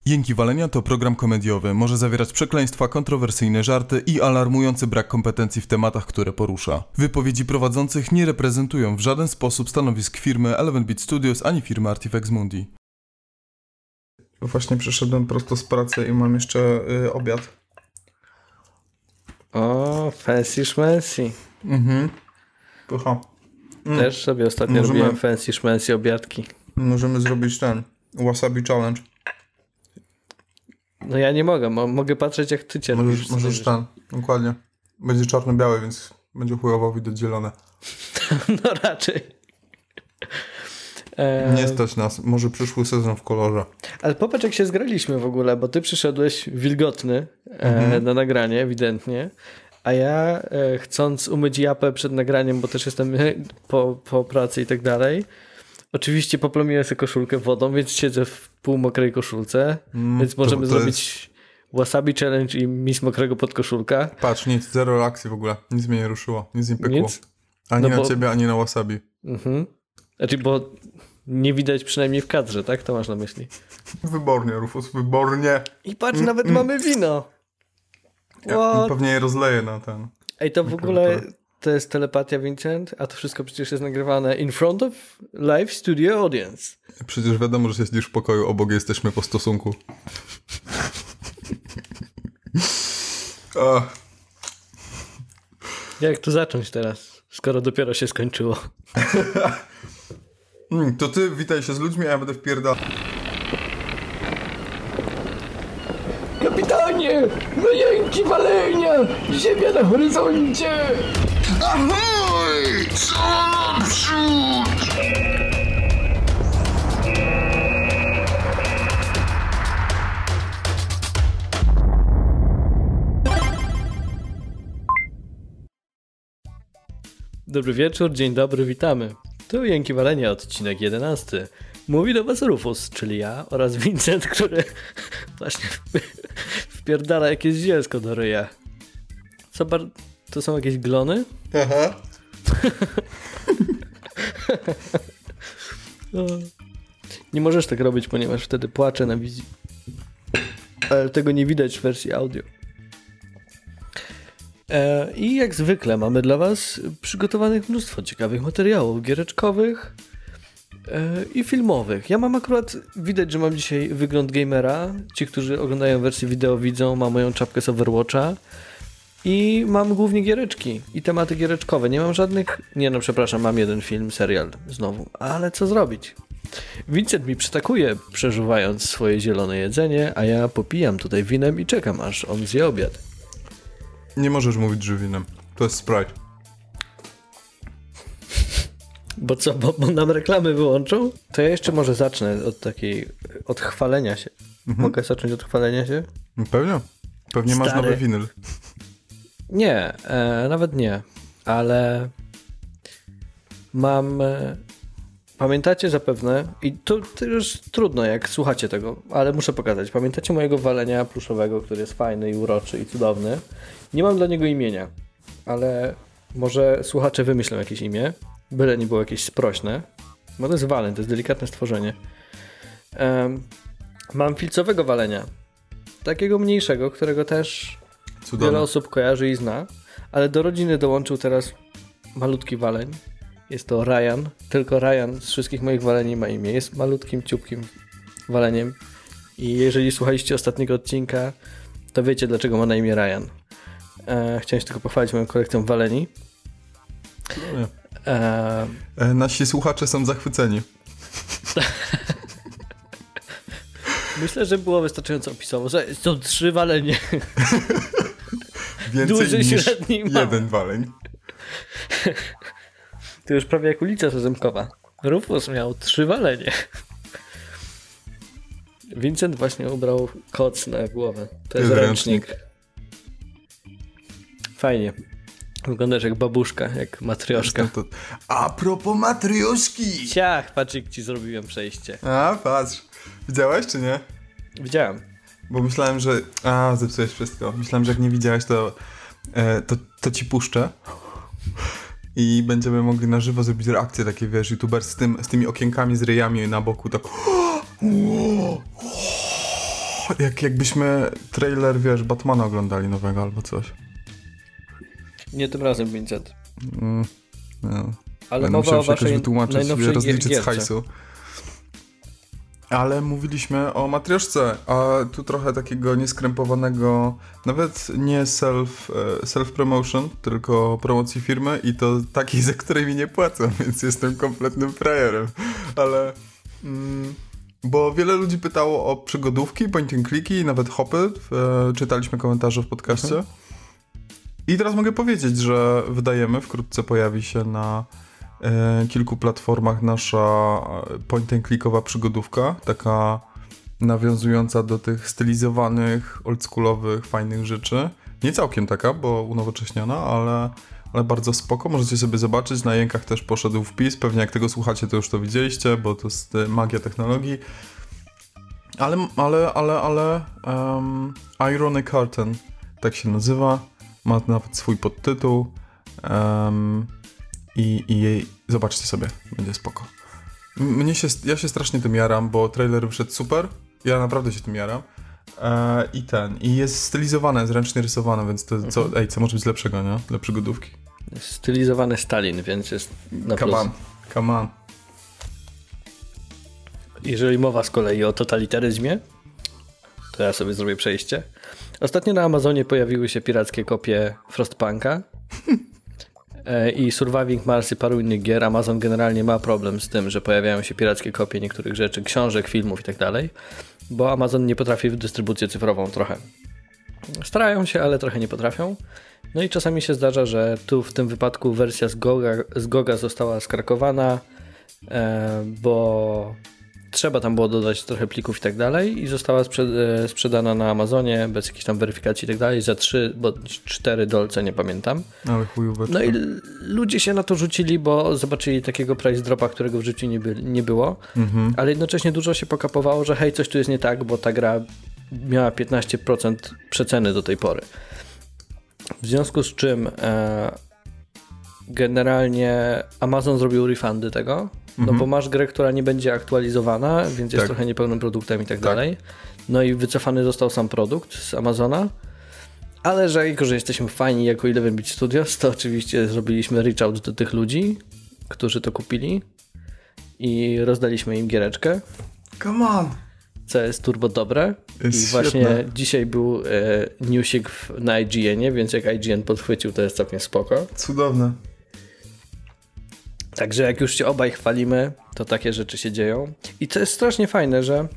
Jęki Walenia to program komediowy. Może zawierać przekleństwa, kontrowersyjne żarty i alarmujący brak kompetencji w tematach, które porusza. Wypowiedzi prowadzących nie reprezentują w żaden sposób stanowisk firmy Eleven Beat Studios ani firmy Artifex Mundi. Właśnie przyszedłem prosto z pracy i mam jeszcze obiad. O, fancy szmancy. Pycha. Też sobie ostatnio robiłem fancy szmancy obiadki. Możemy zrobić ten wasabi challenge. No ja nie mogę, mogę patrzeć jak ty cierpisz. Możesz ten, dokładnie. Będzie czarno-białe, więc będzie chujowo widać zielone. No raczej. Nie stać nas, może przyszły sezon w kolorze. Ale popatrz jak się zgraliśmy w ogóle, bo ty przyszedłeś wilgotny na nagranie ewidentnie, a ja chcąc umyć japę przed nagraniem, bo też jestem po pracy i tak dalej, oczywiście poplomiłem sobie koszulkę wodą, więc siedzę w półmokrej koszulce, więc możemy zrobić wasabi challenge i mis mokrego podkoszulka. Patrz, nic, zero reakcji w ogóle, nic mnie nie ruszyło, nic nie pykło. Nic? Ani na ciebie, ani na wasabi. Znaczy, bo nie widać przynajmniej w kadrze, tak? To masz na myśli. Wybornie, Rufus, wybornie. I patrz, nawet mamy wino. Ja pewnie je rozleję na ten. Ej, to w ogóle to jest telepatia, Vincent, a to wszystko przecież jest nagrywane in front of live studio audience. Przecież wiadomo, że siedzisz w pokoju, obok jesteśmy po stosunku. Jak tu zacząć teraz, skoro dopiero się skończyło? To ty witaj się z ludźmi, a ja będę wpierdał. Kapitanie! No jęki walenia! Ziemia na horyzoncie! Ahoj! Co naprzód! Dobry wieczór, dzień dobry, witamy. Tu Jęki Walenia, odcinek 11. Mówi do was Rufus, czyli ja oraz Vincent, który właśnie wpierdala jakieś zielsko do ryja. To są jakieś glony? Aha. Nie możesz tak robić, ponieważ wtedy płaczę na wizji. Ale tego nie widać w wersji audio. I jak zwykle mamy dla was przygotowanych mnóstwo ciekawych materiałów giereczkowych i filmowych. Ja mam akurat, widać, że mam dzisiaj wygląd gamera. Ci, którzy oglądają wersję wideo widzą, mam moją czapkę z Overwatcha i mam głównie giereczki i tematy giereczkowe. Nie mam żadnych, mam jeden film, serial znowu, ale co zrobić? Vincent mi przytakuje, przeżuwając swoje zielone jedzenie, a ja popijam tutaj winem i czekam, aż on zje obiad. Nie możesz mówić, że winem. To jest Sprite. Bo co, bo nam reklamy wyłączą? To ja jeszcze może zacznę od chwalenia się. Mogę zacząć od chwalenia się? Pewnie. Pewnie Stary. masz nowy winyl. Nie, nawet nie. Ale mam... Pamiętacie zapewne, i to już trudno jak słuchacie tego, ale muszę pokazać. Pamiętacie mojego walenia pluszowego, który jest fajny i uroczy i cudowny? Nie mam dla niego imienia, ale może słuchacze wymyślą jakieś imię, byle nie było jakieś sprośne. Bo to jest walen, to jest delikatne stworzenie. Mam filcowego walenia, takiego mniejszego, którego też wiele osób kojarzy i zna, ale do rodziny dołączył teraz malutki waleń. Jest to Ryan, tylko Ryan z wszystkich moich waleni ma imię. Jest malutkim, ciupkim waleniem i jeżeli słuchaliście ostatniego odcinka, to wiecie, dlaczego ma na imię Ryan. Chciałem się tylko pochwalić moją kolekcją waleni. Nasi słuchacze są zachwyceni. Myślę, że było wystarczająco opisowo. Są 3 walenie. Więcej Duży, niż średni, mały. jeden waleń. To już prawie jak ulica Sezemkowa. Rufus miał 3 walenie. Vincent właśnie ubrał koc na głowę. To jest ręcznik. Fajnie. Wyglądasz jak babuszka, jak matrioszka. A propos matrioszki! Ciach, patrz jak ci zrobiłem przejście. A, patrz. Widziałeś czy nie? Widziałem. Bo myślałem, że... zepsułeś wszystko. Myślałem, że jak nie widziałeś, to ci puszczę. I będziemy mogli na żywo zrobić reakcję takie, wiesz, youtuber z tymi okienkami, z ryjami na boku, tak... jakbyśmy trailer, wiesz, Batmana oglądali nowego albo coś. Nie tym razem, Vincent. No. Ale Będę mowa o musiał waszej wytłumaczyć, najnowszej rozliczyć z gierce. hajsu. Ale mówiliśmy o matrioszce, a tu trochę takiego nieskrępowanego, nawet nie self-promotion, tylko promocji firmy i to takiej, za której mi nie płacą, więc jestem kompletnym frajerem. Ale... bo wiele ludzi pytało o przygodówki, point and clicky i nawet hopy. Czytaliśmy komentarze w podcaście. I teraz mogę powiedzieć, że wydajemy, wkrótce pojawi się na kilku platformach nasza point and clickowa przygodówka, taka nawiązująca do tych stylizowanych, oldschoolowych, fajnych rzeczy. Nie całkiem taka, bo unowocześniona, ale bardzo spoko. Możecie sobie zobaczyć, na Jękach też poszedł wpis, pewnie jak tego słuchacie, to już to widzieliście, bo to jest magia technologii. Ale Ironic Curtain, tak się nazywa, ma nawet swój podtytuł i zobaczcie sobie, będzie spoko. Ja się strasznie tym jaram, bo trailer wyszedł super, ja naprawdę się tym jaram. I jest stylizowane, jest ręcznie rysowane, więc to co może być lepszego, nie? Dla przygodówki. Stylizowany Stalin, więc jest na plus. Come on. Jeżeli mowa z kolei o totalitaryzmie, to ja sobie zrobię przejście. Ostatnio na Amazonie pojawiły się pirackie kopie Frostpunka i Surviving Mars i paru innych gier. Amazon generalnie ma problem z tym, że pojawiają się pirackie kopie niektórych rzeczy, książek, filmów i tak dalej, bo Amazon nie potrafi w dystrybucję cyfrową trochę. Starają się, ale trochę nie potrafią. No i czasami się zdarza, że tu w tym wypadku wersja z GOG-a została skrakowana, bo trzeba tam było dodać trochę plików i tak dalej i została sprzedana na Amazonie bez jakiejś tam weryfikacji i tak dalej za 3 bądź 4 dolce, nie pamiętam. Ale chujóweczka. No i ludzie się na to rzucili, bo zobaczyli takiego price dropa, którego w życiu nie było, ale jednocześnie dużo się pokapowało, że hej, coś tu jest nie tak, bo ta gra miała 15% przeceny do tej pory. W związku z czym generalnie Amazon zrobił refundy tego, no bo masz grę, która nie będzie aktualizowana, więc jest trochę niepełnym produktem i tak dalej. No i wycofany został sam produkt z Amazona, ale że jako, że jesteśmy fajni jako 11-bit Studios, to oczywiście zrobiliśmy reach out do tych ludzi, którzy to kupili i rozdaliśmy im giereczkę. Come on! Co jest turbo dobre. Jest i właśnie świetne. dzisiaj był newsik na IGN-ie, więc jak IGN podchwycił, to jest całkiem spoko. Cudowne. Także jak już się obaj chwalimy, to takie rzeczy się dzieją. I to jest strasznie fajne, że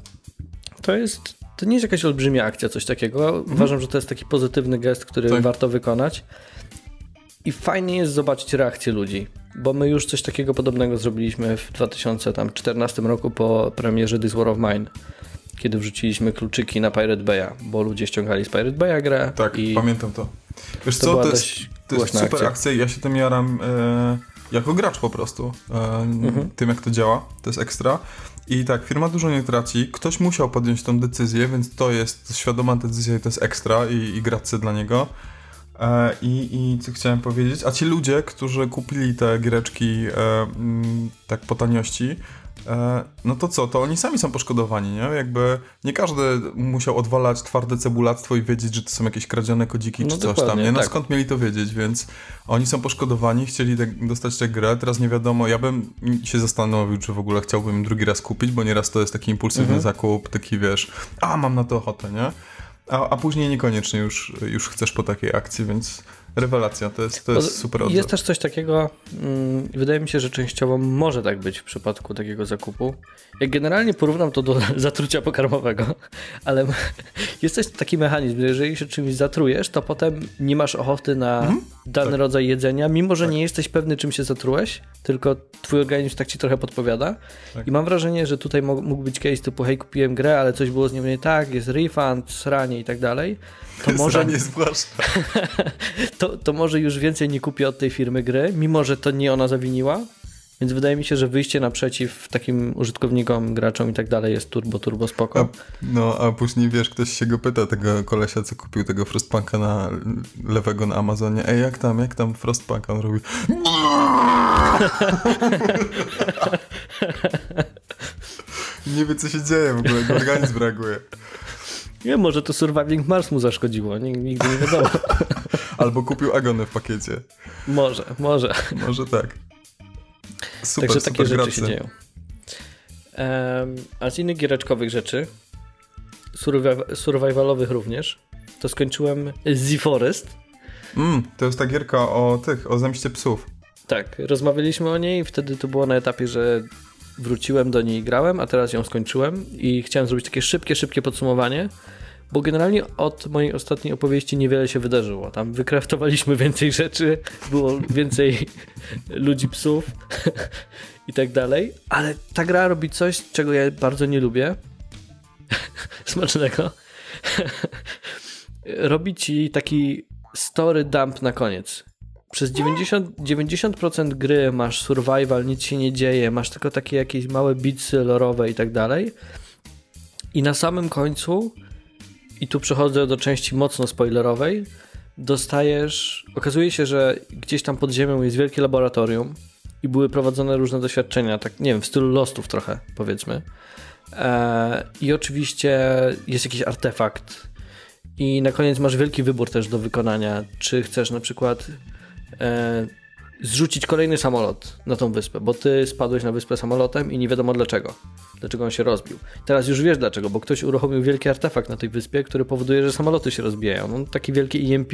to nie jest jakaś olbrzymia akcja, coś takiego. Uważam, że to jest taki pozytywny gest, który warto wykonać. I fajnie jest zobaczyć reakcję ludzi, bo my już coś takiego podobnego zrobiliśmy w 2014 roku po premierze This War of Mine, kiedy wrzuciliśmy kluczyki na Pirate Bay'a, bo ludzie ściągali z Pirate Bay'a grę. Tak, i pamiętam to. Wiesz to co, była to dość jest głośna super akcja. akcja. Ja się tym jaram jako gracz po prostu. Tym jak to działa, to jest ekstra. I tak, firma dużo nie traci. Ktoś musiał podjąć tą decyzję, więc to jest świadoma decyzja i to jest ekstra i gracie dla niego. I co chciałem powiedzieć? A ci ludzie, którzy kupili te giereczki tak po taniości, no to co? To oni sami są poszkodowani, nie? Jakby nie każdy musiał odwalać twarde cebulactwo i wiedzieć, że to są jakieś kradzione kodziki czy coś tam, nie? No tak. skąd mieli to wiedzieć? Więc oni są poszkodowani, chcieli dostać tę grę, teraz nie wiadomo, ja bym się zastanowił, czy w ogóle chciałbym drugi raz kupić, bo nieraz to jest taki impulsywny zakup, taki wiesz, mam na to ochotę, nie? A później niekoniecznie już chcesz po takiej akcji, więc rewelacja, to jest super odzew. Jest też coś takiego, wydaje mi się, że częściowo może tak być w przypadku takiego zakupu. Jak generalnie porównam to do zatrucia pokarmowego, ale jest też taki mechanizm, że jeżeli się czymś zatrujesz, to potem nie masz ochoty na dany rodzaj jedzenia, mimo że nie jesteś pewny, czym się zatrułeś, tylko twój organizm tak ci trochę podpowiada. I mam wrażenie, że tutaj mógł być case typu hej, kupiłem grę, ale coś było z nią nie tak, jest refund, sranie i tak dalej. To może nie zwłaszcza. to może już więcej nie kupię od tej firmy gry, mimo że to nie ona zawiniła. Więc wydaje mi się, że wyjście naprzeciw takim użytkownikom, graczom i tak dalej jest turbo spoko. A później wiesz, ktoś się go pyta, tego kolesia, co kupił tego Frostpunka lewego na Amazonie. Jak tam Frostpunka? On robi... Nie wie, co się dzieje w ogóle, organizm reaguje. Nie, może to Surviving Mars mu zaszkodziło, nigdy nie wiadomo. Albo kupił agony w pakiecie. Może. Może tak. Super, Także takie super rzeczy się dzieją. A z innych giereczkowych rzeczy, survivalowych również, to skończyłem The Forest. To jest ta gierka o zemście psów. Tak, rozmawialiśmy o niej, wtedy to było na etapie, że wróciłem do niej i grałem, a teraz ją skończyłem i chciałem zrobić takie szybkie podsumowanie, bo generalnie od mojej ostatniej opowieści niewiele się wydarzyło. Tam wykraftowaliśmy więcej rzeczy, było więcej ludzi, psów i tak dalej, ale ta gra robi coś, czego ja bardzo nie lubię. Smacznego. Robi ci taki story dump na koniec. Przez 90% gry masz survival, nic się nie dzieje, masz tylko takie jakieś małe bitsy lorowe i tak dalej. I na samym końcu, i tu przechodzę do części mocno spoilerowej, okazuje się, że gdzieś tam pod ziemią jest wielkie laboratorium i były prowadzone różne doświadczenia, tak nie wiem, w stylu Lostów trochę, powiedzmy. I oczywiście jest jakiś artefakt i na koniec masz wielki wybór też do wykonania, czy chcesz na przykład zrzucić kolejny samolot na tą wyspę, bo ty spadłeś na wyspę samolotem i nie wiadomo dlaczego on się rozbił. Teraz już wiesz dlaczego, bo ktoś uruchomił wielki artefakt na tej wyspie, który powoduje, że samoloty się rozbijają. No, taki wielki EMP.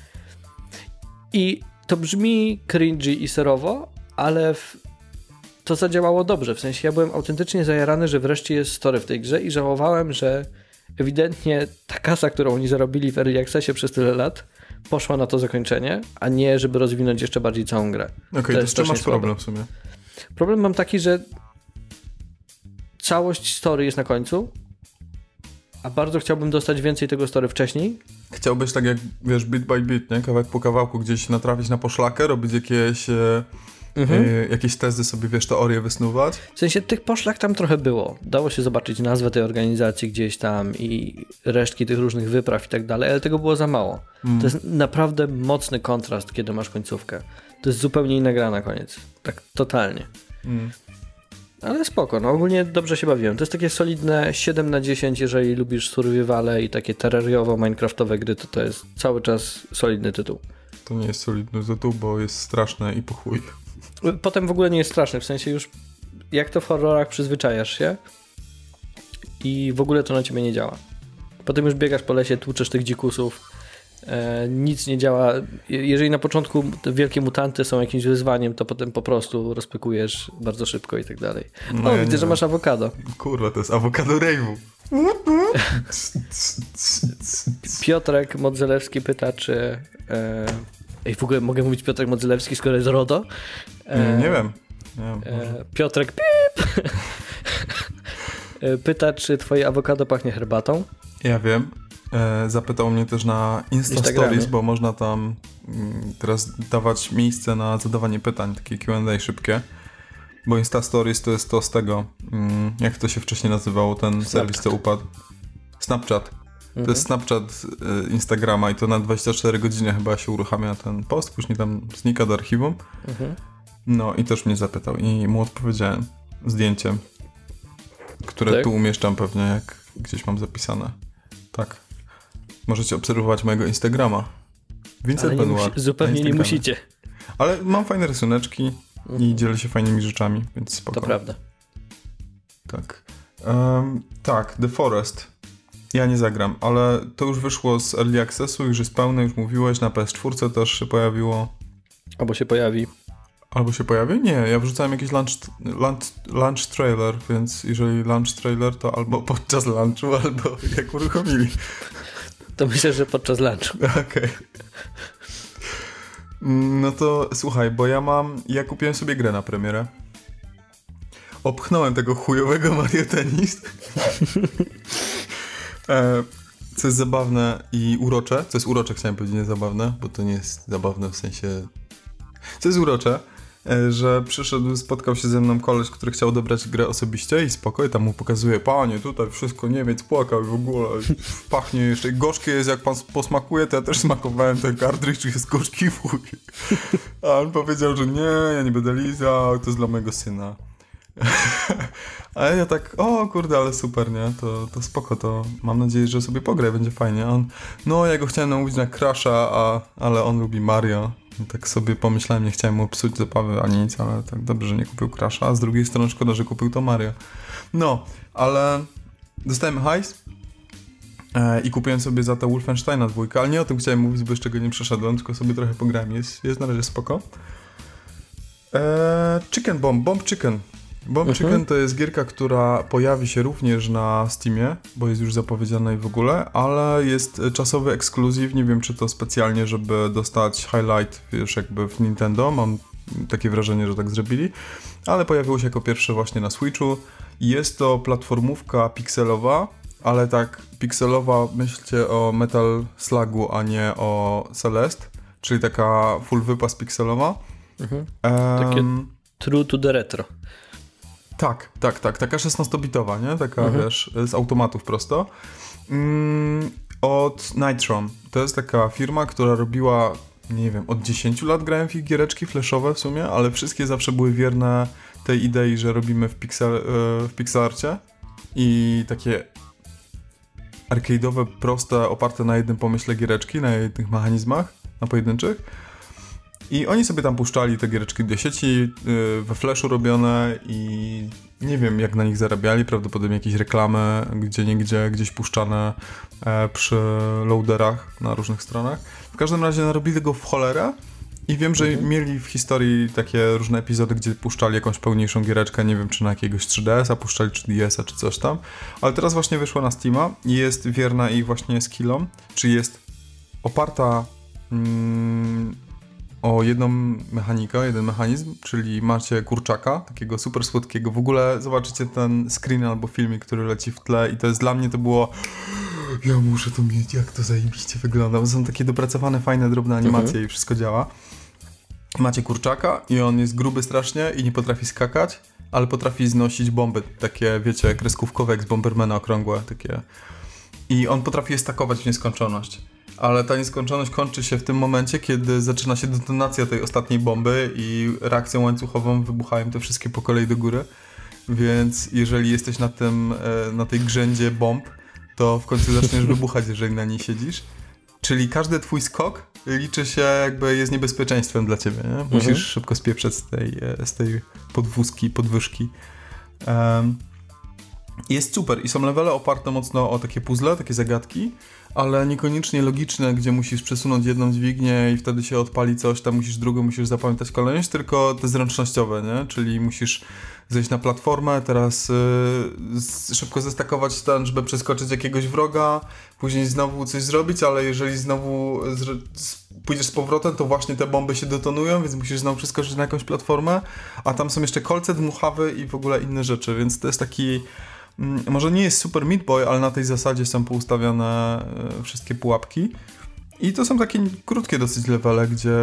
I to brzmi cringy i serowo, ale to zadziałało dobrze. W sensie ja byłem autentycznie zajarany, że wreszcie jest story w tej grze i żałowałem, że ewidentnie ta kasa, którą oni zarobili w Early Accessie przez tyle lat, poszła na to zakończenie, a nie żeby rozwinąć jeszcze bardziej całą grę. Okej, to z czym masz problem w sumie? Problem mam taki, że całość story jest na końcu, a bardzo chciałbym dostać więcej tego story wcześniej. Chciałbyś tak jak, wiesz, bit by bit, nie? Kawałek po kawałku gdzieś natrafić na poszlakę, robić jakieś tezy sobie, wiesz, teorie wysnuwać? W sensie tych poszlak tam trochę było. Dało się zobaczyć nazwę tej organizacji gdzieś tam i resztki tych różnych wypraw i tak dalej, ale tego było za mało. To jest naprawdę mocny kontrast, kiedy masz końcówkę. To jest zupełnie inna gra na koniec. Tak totalnie. Ale spoko, no ogólnie dobrze się bawiłem. To jest takie solidne 7/10, jeżeli lubisz survivale i takie terroriowo-minecraftowe gry, to jest cały czas solidny tytuł. To nie jest solidny tytuł, bo jest straszne i po chuj. Potem w ogóle nie jest straszny, w sensie już jak to w horrorach przyzwyczajasz się i w ogóle to na ciebie nie działa. Potem już biegasz po lesie, tłuczesz tych dzikusów, nic nie działa. Jeżeli na początku te wielkie mutanty są jakimś wyzwaniem, to potem po prostu rozpykujesz bardzo szybko i tak dalej. No ja widzę, że masz awokado. Kurwa, to jest awokado rave'u. Piotrek Modzelewski pyta, czy... w ogóle mogę mówić Piotrek Modzelewski, skoro jest RODO? Nie wiem. Piotrek pip! Pyta, czy twoje awokado pachnie herbatą? Ja wiem. Zapytał mnie też na Insta Stories, bo można tam teraz dawać miejsce na zadawanie pytań, takie Q&A szybkie. Bo Insta Stories to jest to z tego, jak to się wcześniej nazywało, ten serwis, co upadł. Snapchat. To jest Snapchat Instagrama i to na 24 godziny chyba się uruchamia ten post, później tam znika do archiwum. No i też mnie zapytał i mu odpowiedziałem zdjęciem, które tu umieszczam pewnie, jak gdzieś mam zapisane. Tak. Możecie obserwować mojego Instagrama. Vincent Benoit. Zupełnie nie musicie. Ale mam fajne rysuneczki i dzielę się fajnymi rzeczami, więc spoko. To prawda. Tak. Tak, The Forest. Ja nie zagram, ale to już wyszło z Early Accessu, już jest pełne, już mówiłeś, na PS4 też się pojawiło. Albo się pojawi. Albo się pojawi? Nie, ja wrzucałem jakiś launch trailer, więc jeżeli launch trailer, to albo podczas launchu, albo jak uruchomili. To myślę, że podczas lunchu. Okej. No to słuchaj, bo ja kupiłem sobie grę na premierę. Opchnąłem tego chujowego Mario Tennis. Co jest zabawne i urocze. Co jest urocze, chciałem powiedzieć, nie zabawne, bo to nie jest zabawne w sensie... Co jest urocze, że przyszedł, spotkał się ze mną koleś, który chciał odebrać grę osobiście i spokojnie tam mu pokazuje, panie, tutaj wszystko Niemiec płakał i w ogóle pachnie jeszcze, gorzkie jest, jak pan posmakuje, to ja też smakowałem ten kartridż, jest gorzki fuj. A on powiedział, że nie, ja nie będę lizał, to jest dla mojego syna. A ja tak, o kurde, ale super, nie? To spoko, to mam nadzieję, że sobie pogrę, będzie fajnie. A on, no ja go chciałem namówić na Crasha, ale on lubi Mario. I tak sobie pomyślałem, nie chciałem mu psuć zabawy ani nic, ale tak dobrze, że nie kupił Crasha, a z drugiej strony szkoda, że kupił to Mario. No, ale dostałem hajs i kupiłem sobie za to Wolfensteina 2, ale nie o tym chciałem mówić, bo jeszcze go nie przeszedłem, tylko sobie trochę pograłem, jest na razie spoko. Chicken Bomb Chicken. Chicken to jest gierka, która pojawi się również na Steamie, bo jest już zapowiedziana i w ogóle, ale jest czasowy ekskluzyw, nie wiem czy to specjalnie, żeby dostać highlight, wiesz, jakby w Nintendo, mam takie wrażenie, że tak zrobili, ale pojawiło się jako pierwsze właśnie na Switchu. Jest to platformówka pikselowa, ale tak pikselowa, myślcie o Metal Slugu, a nie o Celeste, czyli taka full wypas pikselowa. Takie true to the retro. Tak, taka 16-bitowa, nie? Taka, wiesz, z automatów prosto. Od Nitron. To jest taka firma, która robiła, nie wiem, od 10 lat grałem w ich giereczki flashowe w sumie, ale wszystkie zawsze były wierne tej idei, że robimy w pixelarcie i takie arcade'owe, proste, oparte na jednym pomyśle giereczki, na jednych mechanizmach, na pojedynczych. I oni sobie tam puszczali te giereczki do sieci, we flashu robione i nie wiem jak na nich zarabiali, prawdopodobnie jakieś reklamy gdzieniegdzie, gdzieś puszczane przy loaderach na różnych stronach. W każdym razie narobili tego w cholerę i wiem, że mieli w historii takie różne epizody, gdzie puszczali jakąś pełniejszą giereczkę, nie wiem czy na jakiegoś 3DS-a puszczali, czy DS-a, czy coś tam, ale teraz właśnie wyszła na Steama i jest wierna ich właśnie skillom, czy jest oparta o jedną mechanikę, jeden mechanizm, czyli macie kurczaka, takiego super słodkiego. W ogóle zobaczycie ten screen albo filmik, który leci w tle i to jest dla mnie to było ja muszę to mieć, jak to zajebiście wygląda, bo są takie dopracowane, fajne, drobne animacje i wszystko działa. Macie kurczaka i on jest gruby strasznie i nie potrafi skakać, ale potrafi znosić bomby, takie wiecie, kreskówkowe jak z Bombermana, okrągłe takie. I on potrafi je stakować w nieskończoność. Ale ta nieskończoność kończy się w tym momencie, kiedy zaczyna się detonacja tej ostatniej bomby i reakcją łańcuchową wybuchają te wszystkie po kolei do góry. Więc jeżeli jesteś na tej grzędzie bomb, to w końcu zaczniesz wybuchać, jeżeli na niej siedzisz. Czyli każdy twój skok liczy się jakby jest niebezpieczeństwem dla ciebie, nie? Musisz szybko spieprzeć z tej podwyżki. Jest super i są levele oparte mocno o takie puzzle, takie zagadki, ale niekoniecznie logiczne, gdzie musisz przesunąć jedną dźwignię i wtedy się odpali coś, tam musisz drugą, musisz zapamiętać kolejność, tylko te zręcznościowe, nie? Czyli musisz zejść na platformę, teraz szybko zestakować ten, żeby przeskoczyć jakiegoś wroga, później znowu coś zrobić, ale jeżeli znowu pójdziesz z powrotem, to właśnie te bomby się detonują, więc musisz znowu przeskoczyć na jakąś platformę, a tam są jeszcze kolce dmuchawe i w ogóle inne rzeczy, więc to jest taki... Może nie jest Super Meat Boy, ale na tej zasadzie są poustawione wszystkie pułapki. I to są takie krótkie dosyć levele,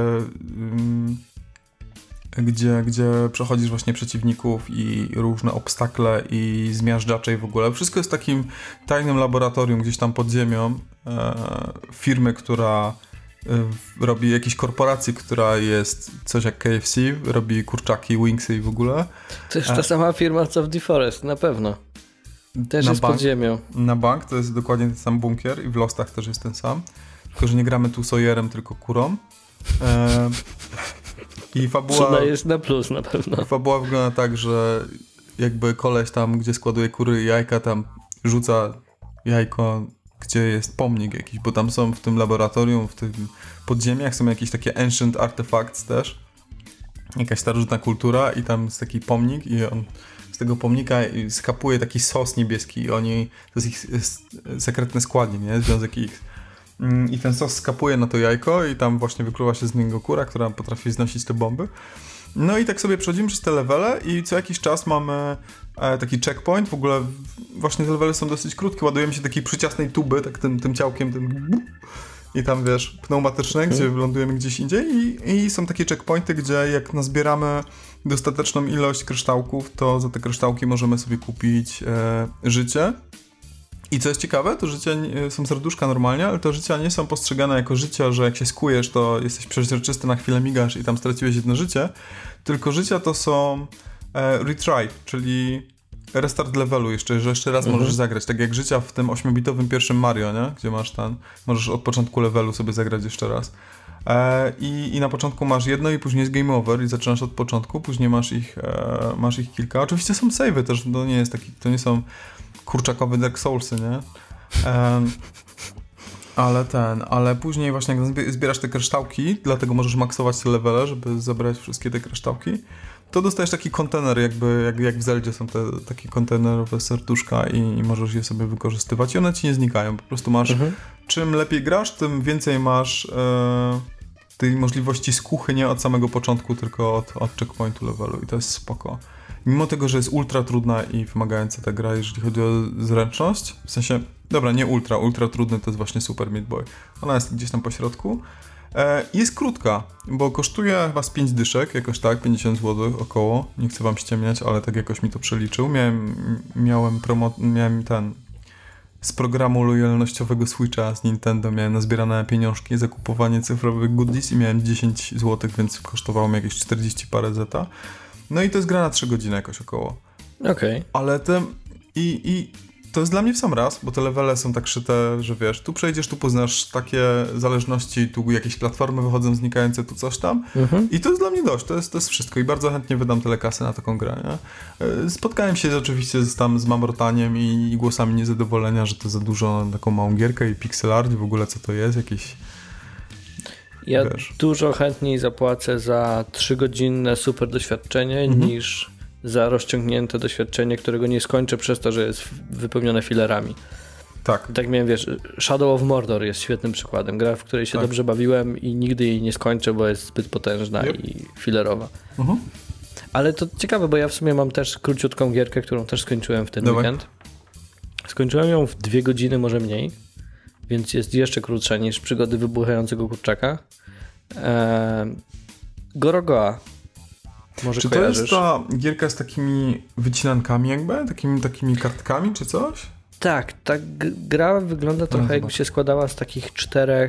gdzie przechodzisz właśnie przeciwników i różne obstakle i zmiażdżacze i w ogóle. Wszystko jest takim tajnym laboratorium gdzieś tam pod ziemią firmy, która robi jakiejś korporacji, która jest coś jak KFC, robi kurczaki, wingsy i w ogóle. To jest ta sama firma co w The Forest, na pewno. Też jest pod ziemią. Na bank to jest dokładnie ten sam bunkier i w Lostach też jest ten sam. Tylko, że nie gramy tu Sawyerem, tylko kurą. I fabuła jest na plus na pewno. Fabuła wygląda tak, że jakby koleś tam, gdzie składuje kury i jajka, tam rzuca jajko, gdzie jest pomnik jakiś, bo tam są w tym laboratorium, w tym podziemiach są jakieś takie ancient artifacts też. Jakaś starożytna kultura i tam jest taki pomnik i on z tego pomnika skapuje taki sos niebieski i oni, to jest ich sekretny składnik, nie? Związek ich. I ten sos skapuje na to jajko i tam właśnie wykluwa się z niego kura, która potrafi znosić te bomby. No i tak sobie przechodzimy przez te levele i co jakiś czas mamy taki checkpoint. W ogóle właśnie te levele są dosyć krótkie, ładujemy się do takiej przyciasnej tuby, tak tym ciałkiem, i tam wiesz, pneumatyczne, gdzie wylądujemy gdzieś indziej i są takie checkpointy, gdzie jak nazbieramy dostateczną ilość kryształków, to za te kryształki możemy sobie kupić życie. I co jest ciekawe, to życie są serduszka normalnie, ale te życia nie są postrzegane jako życia, że jak się skujesz, to jesteś przeźroczysty, na chwilę migasz i tam straciłeś jedno życie, tylko życia to są retry, czyli restart levelu że jeszcze raz możesz zagrać, tak jak życia w tym 8-bitowym pierwszym Mario, nie? Gdzie możesz od początku levelu sobie zagrać jeszcze raz. I na początku masz jedno i później jest game over i zaczynasz od początku, później masz ich kilka. Oczywiście są save'y też, to nie są kurczakowe Dark Soulsy, nie? Ale później właśnie jak zbierasz te kryształki, dlatego możesz maksować te levele, żeby zebrać wszystkie te kryształki, to dostajesz taki kontener, jak w Zeldzie są te takie kontenerowe serduszka i możesz je sobie wykorzystywać i one ci nie znikają. Po prostu masz, czym lepiej grasz, tym więcej masz tej możliwości skuchy nie od samego początku, tylko od checkpointu levelu i to jest spoko. Mimo tego, że jest ultra trudna i wymagająca ta gra, jeżeli chodzi o zręczność, w sensie, dobra, nie ultra trudny to jest właśnie Super Meat Boy. Ona jest gdzieś tam po środku. Jest krótka, bo kosztuje chyba z 5 dyszek, jakoś tak, 50 zł około. Nie chcę wam ściemniać, ale tak jakoś mi to przeliczył. Miałem z programu lojalnościowego Switcha z Nintendo miałem nazbierane pieniążki za kupowanie cyfrowych goodies i miałem 10 zł, więc kosztowało mi jakieś 40 parę zeta. No i to jest gra na 3 godziny jakoś około. Okej. Ale to jest dla mnie w sam raz, bo te levele są tak szyte, że wiesz, tu przejdziesz, tu poznasz takie zależności, tu jakieś platformy wychodzą znikające, tu coś tam i to jest dla mnie dość, to jest wszystko i bardzo chętnie wydam tyle kasy na taką grę, nie? Spotkałem się oczywiście z mamrotaniem i głosami niezadowolenia, że to za dużo na taką małą gierkę i pixel art i w ogóle co to jest, jakieś... Ja dużo chętniej zapłacę za 3-godzinne super doświadczenie niż za rozciągnięte doświadczenie, którego nie skończę przez to, że jest wypełnione filerami. Tak. Tak miałem, wiesz, Shadow of Mordor jest świetnym przykładem. Gra, w której się dobrze bawiłem i nigdy jej nie skończę, bo jest zbyt potężna i filerowa. Ale to ciekawe, bo ja w sumie mam też króciutką gierkę, którą też skończyłem w ten weekend. Skończyłem ją w 2 godziny, może mniej, więc jest jeszcze krótsza niż Przygody wybuchającego kurczaka. Gorogoa. Może czy kojarzysz? To jest ta gierka z takimi wycinankami jakby? Takimi kartkami czy coś? Tak, ta gra wygląda trochę jakby się składała z takich 4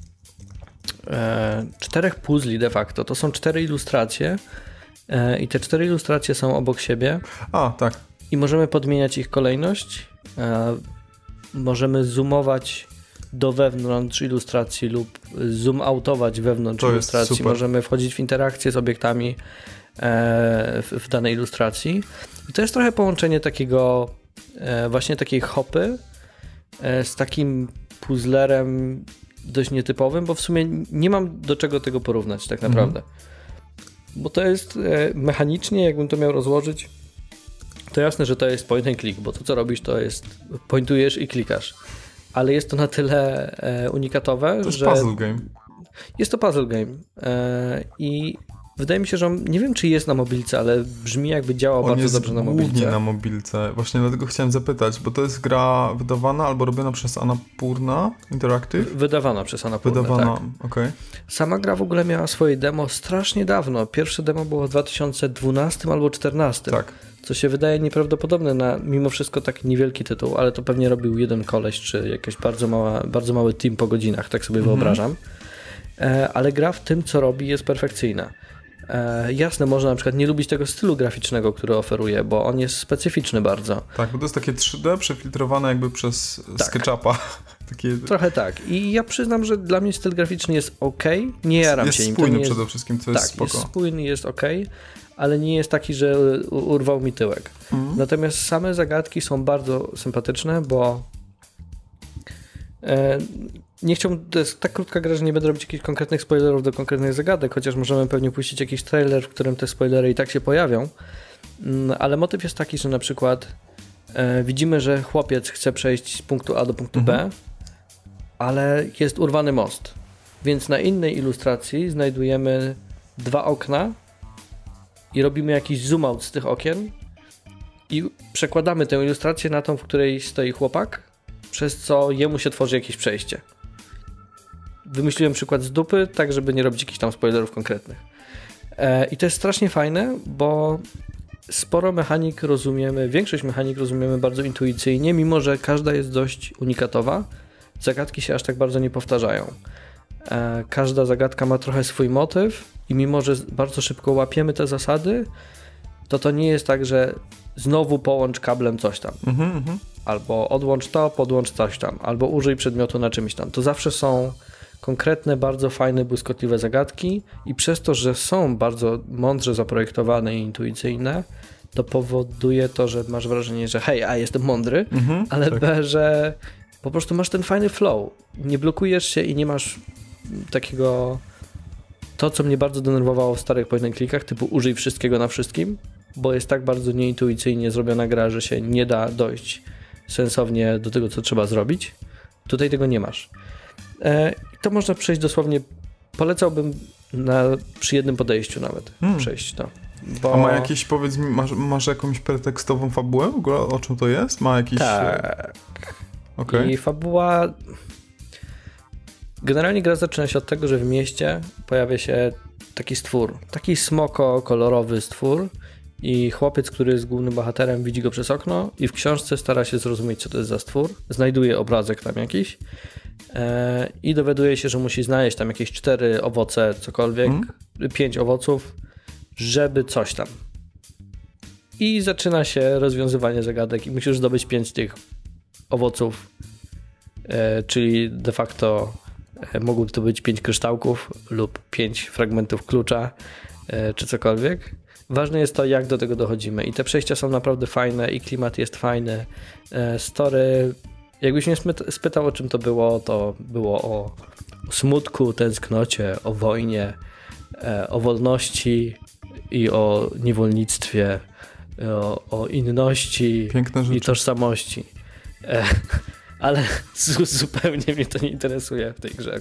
puzli de facto. To są 4 ilustracje i te 4 ilustracje są obok siebie. A, tak. I możemy podmieniać ich kolejność. Możemy zoomować do wewnątrz ilustracji lub zoom outować wewnątrz ilustracji. Super. Możemy wchodzić w interakcję z obiektami w danej ilustracji. I to jest trochę połączenie takiego właśnie takiej hopy z takim puzzlerem dość nietypowym, bo w sumie nie mam do czego tego porównać tak naprawdę. Bo to jest mechanicznie, jakbym to miał rozłożyć, to jasne, że to jest point and click, bo to co robisz to jest pointujesz i klikasz. Ale jest to na tyle unikatowe, to jest że... puzzle game. Jest to puzzle game. I wydaje mi się, że on, nie wiem, czy jest na mobilce, ale brzmi jakby działał bardzo dobrze na mobilce. Głównie na mobilce. Właśnie dlatego chciałem zapytać, bo to jest gra wydawana albo robiona przez Annapurna Interactive? Wydawana przez Annapurna, tak. okej. Sama gra w ogóle miała swoje demo strasznie dawno. Pierwsze demo było w 2012 albo 2014. Tak. Co się wydaje nieprawdopodobne na mimo wszystko taki niewielki tytuł, ale to pewnie robił jeden koleś, czy jakiś bardzo mały team po godzinach, tak sobie wyobrażam. Ale gra w tym, co robi, jest perfekcyjna. Jasne, można na przykład nie lubić tego stylu graficznego, który oferuje, bo on jest specyficzny bardzo. Tak, bo to jest takie 3D przefiltrowane jakby przez SketchUpa. Trochę tak. I ja przyznam, że dla mnie styl graficzny jest okej. Nie jaram się nim. Jest spójny przede wszystkim, co jest spoko. Jest spójny, jest okej, ale nie jest taki, że urwał mi tyłek. Natomiast same zagadki są bardzo sympatyczne, bo nie chciałbym, to jest tak krótka gra, że nie będę robić jakichś konkretnych spoilerów do konkretnych zagadek, chociaż możemy pewnie puścić jakiś trailer, w którym te spoilery i tak się pojawią, ale motyw jest taki, że na przykład widzimy, że chłopiec chce przejść z punktu A do punktu B, ale jest urwany most, więc na innej ilustracji znajdujemy 2 okna i robimy jakiś zoom out z tych okien i przekładamy tę ilustrację na tą, w której stoi chłopak, przez co jemu się tworzy jakieś przejście. Wymyśliłem przykład z dupy, tak żeby nie robić jakichś tam spoilerów konkretnych. I to jest strasznie fajne, bo sporo mechanik rozumiemy, większość mechanik rozumiemy bardzo intuicyjnie, mimo że każda jest dość unikatowa. Zagadki się aż tak bardzo nie powtarzają. Każda zagadka ma trochę swój motyw i mimo że bardzo szybko łapiemy te zasady, to nie jest tak, że znowu połącz kablem coś tam. Albo odłącz to, podłącz coś tam. Albo użyj przedmiotu na czymś tam. To zawsze są konkretne, bardzo fajne, błyskotliwe zagadki i przez to, że są bardzo mądrze zaprojektowane i intuicyjne, to powoduje to, że masz wrażenie, że hej, a jestem mądry, ale tak. B, że po prostu masz ten fajny flow. Nie blokujesz się i nie masz takiego... To, co mnie bardzo denerwowało w starych point and clickach, typu użyj wszystkiego na wszystkim, bo jest tak bardzo nieintuicyjnie zrobiona gra, że się nie da dojść sensownie do tego, co trzeba zrobić. Tutaj tego nie masz. To można przejść dosłownie, polecałbym przy jednym podejściu nawet przejść to. Bo... A ma jakieś, powiedz mi, masz jakąś pretekstową fabułę? W ogóle o czym to jest? Ma jakiś... Tak. Okay. I fabuła... Generalnie gra zaczyna się od tego, że w mieście pojawia się taki stwór. Taki smoko, kolorowy stwór i chłopiec, który jest głównym bohaterem, widzi go przez okno i w książce stara się zrozumieć, co to jest za stwór. Znajduje obrazek tam jakiś i dowiaduje się, że musi znaleźć tam jakieś 4 owoce, cokolwiek, 5 owoców, żeby coś tam. I zaczyna się rozwiązywanie zagadek i musisz zdobyć 5 tych owoców, czyli de facto mogłoby to być 5 kryształków lub 5 fragmentów klucza, czy cokolwiek. Ważne jest to, jak do tego dochodzimy i te przejścia są naprawdę fajne i klimat jest fajny. Story, jakbyś mnie spytał, o czym to było o smutku, tęsknocie, o wojnie, o wolności i o niewolnictwie, o inności i tożsamości. Ale zupełnie mnie to nie interesuje w tej grze.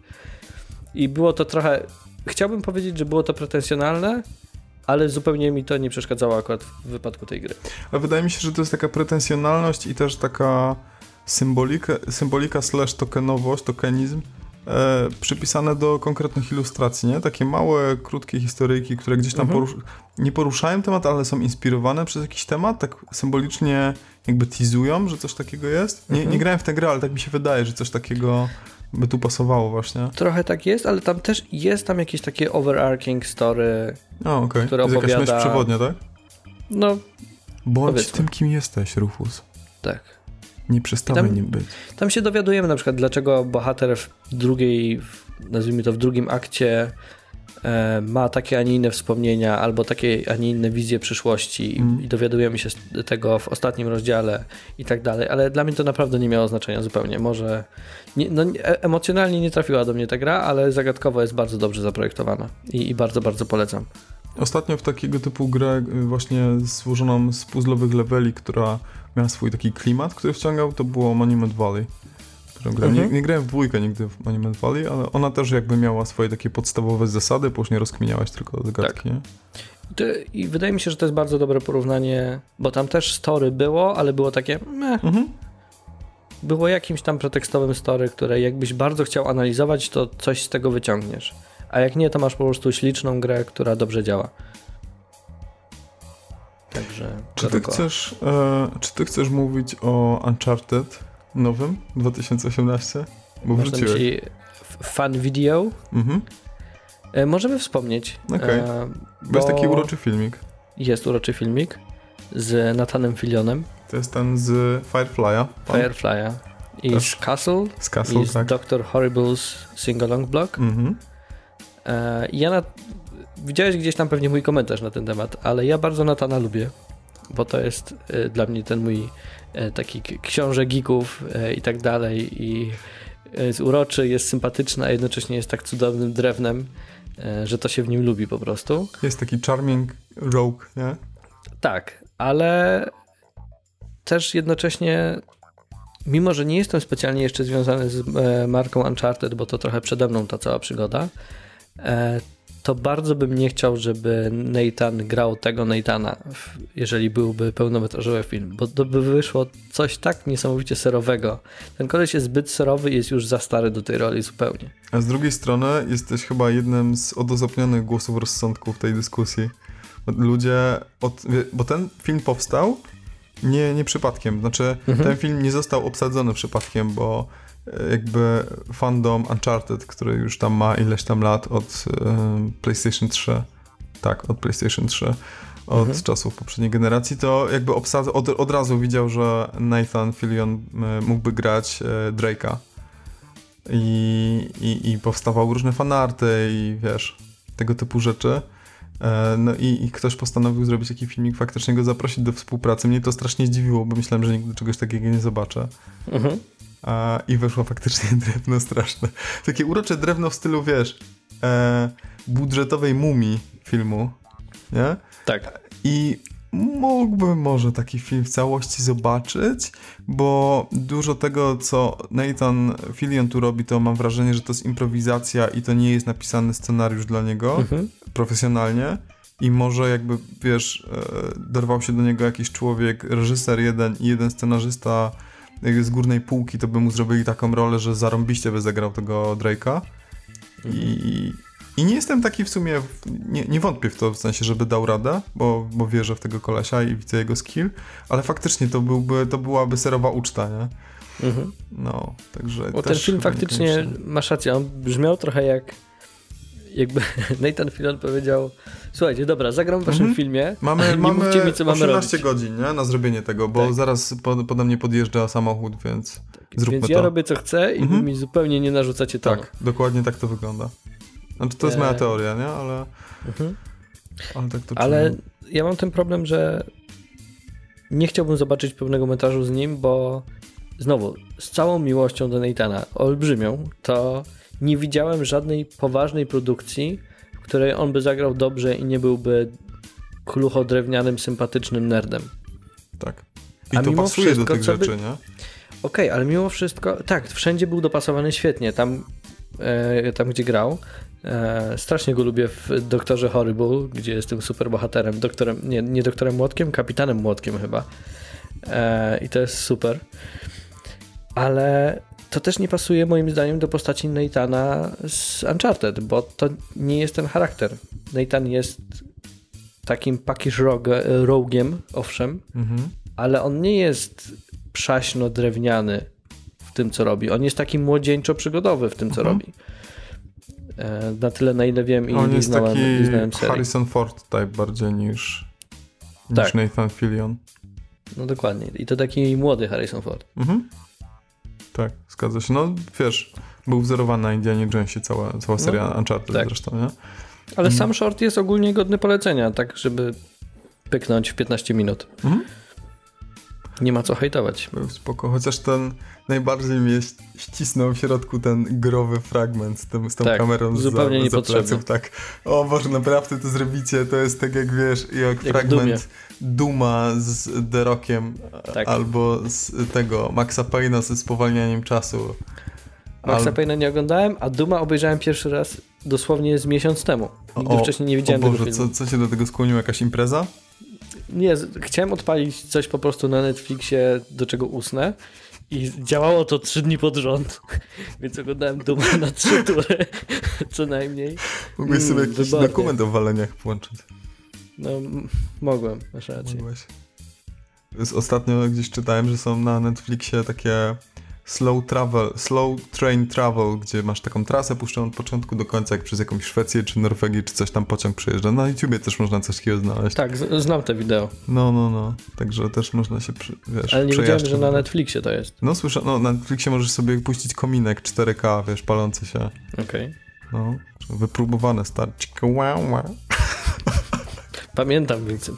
I było to trochę... Chciałbym powiedzieć, że było to pretensjonalne, ale zupełnie mi to nie przeszkadzało akurat w wypadku tej gry. A wydaje mi się, że to jest taka pretensjonalność i też taka symbolika / tokenowość, tokenizm przypisane do konkretnych ilustracji, nie? Takie małe, krótkie historyjki, które gdzieś tam nie poruszają temat, ale są inspirowane przez jakiś temat, tak symbolicznie jakby teasują, że coś takiego jest. Nie grałem w tę grę, ale tak mi się wydaje, że coś takiego by tu pasowało właśnie. Trochę tak jest, ale tam też jest jakieś takie overarching story, które opowiada... Jest jakaś myśl przewodnia, tak? No, bądź powiedzmy. tym, kim jesteś, Rufus. Tak. Nie przestawaj nim być. Tam się dowiadujemy na przykład, dlaczego bohater nazwijmy to w drugim akcie ma takie, a nie inne wspomnienia, albo takie, a nie inne wizje przyszłości i dowiadujemy się tego w ostatnim rozdziale i tak dalej, ale dla mnie to naprawdę nie miało znaczenia zupełnie. Może emocjonalnie nie trafiła do mnie ta gra, ale zagadkowo jest bardzo dobrze zaprojektowana i bardzo, bardzo polecam. Ostatnio w takiego typu grę właśnie złożoną z puzzlowych leveli, która miała swój taki klimat, który wciągał, to było Monument Valley. Nie grałem w dwójkę nigdy w Monument Valley, ale ona też jakby miała swoje takie podstawowe zasady, później rozkminiałaś tylko zagadki. Tak. I wydaje mi się, że to jest bardzo dobre porównanie, bo tam też story było, ale było takie było jakimś tam pretekstowym story, które jakbyś bardzo chciał analizować, to coś z tego wyciągniesz. A jak nie, to masz po prostu śliczną grę, która dobrze działa. Także... Czy ty chcesz mówić o Uncharted nowym, 2018? Bo wróciłeś. Fan video? Możemy wspomnieć. Okej. Bo jest taki uroczy filmik. Jest uroczy filmik z Nathanem Fillionem. To jest ten z Firefly'a. I też. Z Castle. I z tak. Dr. Horrible's Sing-Along Blog. Widziałeś gdzieś tam pewnie mój komentarz na ten temat, ale ja bardzo Nathana lubię, bo to jest dla mnie ten mój taki książę geeków i tak dalej i jest uroczy, jest sympatyczny, a jednocześnie jest tak cudownym drewnem, że to się w nim lubi po prostu. Jest taki charming rogue, nie? Tak, ale też jednocześnie, mimo że nie jestem specjalnie jeszcze związany z marką Uncharted, bo to trochę przede mną ta cała przygoda, to bardzo bym nie chciał, żeby Nathan grał tego Nathana, jeżeli byłby pełnometrażowy film, bo to by wyszło coś tak niesamowicie serowego. Ten koleś jest zbyt serowy i jest już za stary do tej roli zupełnie. A z drugiej strony jesteś chyba jednym z odosobnionych głosów rozsądku w tej dyskusji. Bo ten film powstał nie przypadkiem. Znaczy, ten film nie został obsadzony przypadkiem, bo jakby fandom Uncharted, który już tam ma ileś tam lat od PlayStation 3, od PlayStation 3, od czasów poprzedniej generacji, to jakby od razu widział, że Nathan Fillion mógłby grać Drake'a. I powstawały różne fanarty i wiesz, tego typu rzeczy. No i ktoś postanowił zrobić taki filmik, faktycznie go zaprosić do współpracy. Mnie to strasznie zdziwiło, bo myślałem, że nigdy czegoś takiego nie zobaczę. I wyszło faktycznie drewno straszne. Takie urocze drewno w stylu, wiesz, budżetowej mumii filmu, nie? Tak. I mógłbym może taki film w całości zobaczyć, bo dużo tego, co Nathan Fillion tu robi, to mam wrażenie, że to jest improwizacja i to nie jest napisany scenariusz dla niego profesjonalnie i może jakby, wiesz, dorwał się do niego jakiś człowiek, reżyser jeden scenarzysta z górnej półki, to by mu zrobili taką rolę, że zarąbiście by zagrał tego Drake'a. I nie jestem taki w sumie, nie wątpię w to, w sensie, żeby dał radę, bo wierzę w tego kolesia i widzę jego skill, ale faktycznie to byłaby serowa uczta, nie? No, także bo ten film faktycznie, masz rację, on brzmiał trochę jakby Nathan Fillion powiedział: słuchajcie, dobra, zagram w waszym filmie, mamy mówcie mi, co mamy 18 robić. godzin, nie? Na zrobienie tego, bo zaraz pode mnie podjeżdża samochód, więc zróbmy więc to. ja robię co chcę i wy mi zupełnie nie narzucacie tonu. Tak, dokładnie tak to wygląda. Znaczy, to jest moja teoria, nie? Ale tak to ale czuję. ja mam ten problem, że nie chciałbym zobaczyć pełnego montażu z nim, bo znowu, z całą miłością do Nathana, olbrzymią, to nie widziałem żadnej poważnej produkcji, w której on by zagrał dobrze i nie byłby kluchodrewnianym, sympatycznym nerdem. Tak. I to pasuje do tych rzeczy, nie? Okej, ale mimo wszystko, tak, wszędzie był dopasowany świetnie, tam gdzie grał. Strasznie go lubię w Doktorze Horrible, gdzie jest tym superbohaterem, nie doktorem Młotkiem, kapitanem Młotkiem chyba. I to jest super. Ale to też nie pasuje moim zdaniem do postaci Nathana z Uncharted, bo to nie jest ten charakter. Nathan jest takim packish rogue'iem, owszem, ale on nie jest przaśno-drewniany w tym, co robi. On jest taki młodzieńczo-przygodowy w tym, co robi. Na tyle, na ile wiem i nie znałem serii. Harrison Ford type bardziej niż tak. Nathan Fillion. No dokładnie. I to taki młody Harrison Ford. Tak, zgadza się. No wiesz, był wzorowany na Indianie Jonesie cała seria Uncharted zresztą, nie? Ale sam short jest ogólnie godny polecenia, tak żeby pyknąć w 15 minut. Nie ma co hejtować. Był spoko, chociaż ten najbardziej mnie ścisnął w środku ten growy fragment z tą kamerą zupełnie za pleców. Tak. O Boże, naprawdę to zrobicie. To jest tak jak wiesz, jak fragment Duma z The Rockiem albo z tego Maxa Payne'a ze spowalnianiem czasu. Maxa Payne'a nie oglądałem, a Duma obejrzałem pierwszy raz dosłownie z miesiąc temu. Nigdy wcześniej nie widziałem tego filmu. Co cię do tego skłoniło? Jakaś impreza? Nie, chciałem odpalić coś po prostu na Netflixie, do czego usnę i działało to 3 dni pod rząd, więc oglądałem Duma na 3 tury, co najmniej. Mogłeś sobie jakiś dokument o waleniach włączyć. No, mogłem, masz rację. Mogłeś. Ostatnio gdzieś czytałem, że są na Netflixie takie slow train travel, gdzie masz taką trasę puszczoną od początku do końca, jak przez jakąś Szwecję czy Norwegię, czy coś tam pociąg przejeżdża. Na YouTubie też można coś takiego znaleźć. Tak, znam te wideo. No. Także też można się, ale nie wiedziałem, że na Netflixie to jest. No słyszę, na Netflixie możesz sobie puścić kominek 4K, wiesz, palący się. Okej. No, wypróbowane start. Pamiętam, Vincent.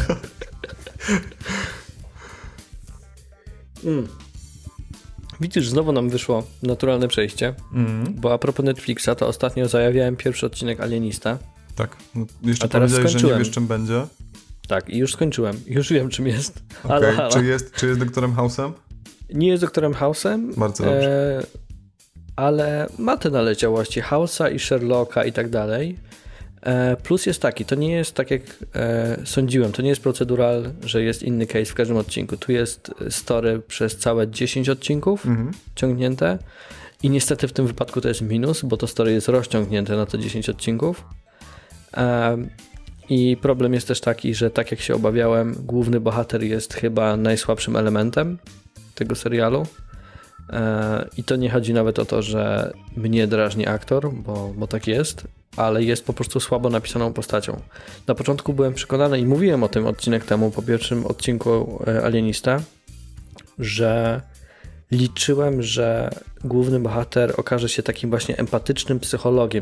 Widzisz, znowu nam wyszło naturalne przejście, bo a propos Netflixa, to ostatnio zajawiałem pierwszy odcinek Alienista. Tak, no, jeszcze powiedziałeś, że nie wiesz, czym będzie. Tak, i już skończyłem. Już wiem, czym jest. Okay. Czy jest doktorem House'em? Nie jest doktorem House'em. Bardzo dobrze. Ale ma te naleciałości House'a i Sherlocka i tak dalej. Plus jest taki, to nie jest tak jak sądziłem, to nie jest procedural, że jest inny case w każdym odcinku. Tu jest story przez całe 10 odcinków ciągnięte i niestety w tym wypadku to jest minus, bo to story jest rozciągnięte na te 10 odcinków. I problem jest też taki, że tak jak się obawiałem, główny bohater jest chyba najsłabszym elementem tego serialu. I to nie chodzi nawet o to, że mnie drażni aktor, bo tak jest, ale jest po prostu słabo napisaną postacią. Na początku byłem przekonany i mówiłem o tym odcinek temu, po pierwszym odcinku Alienista, że liczyłem, że główny bohater okaże się takim właśnie empatycznym psychologiem,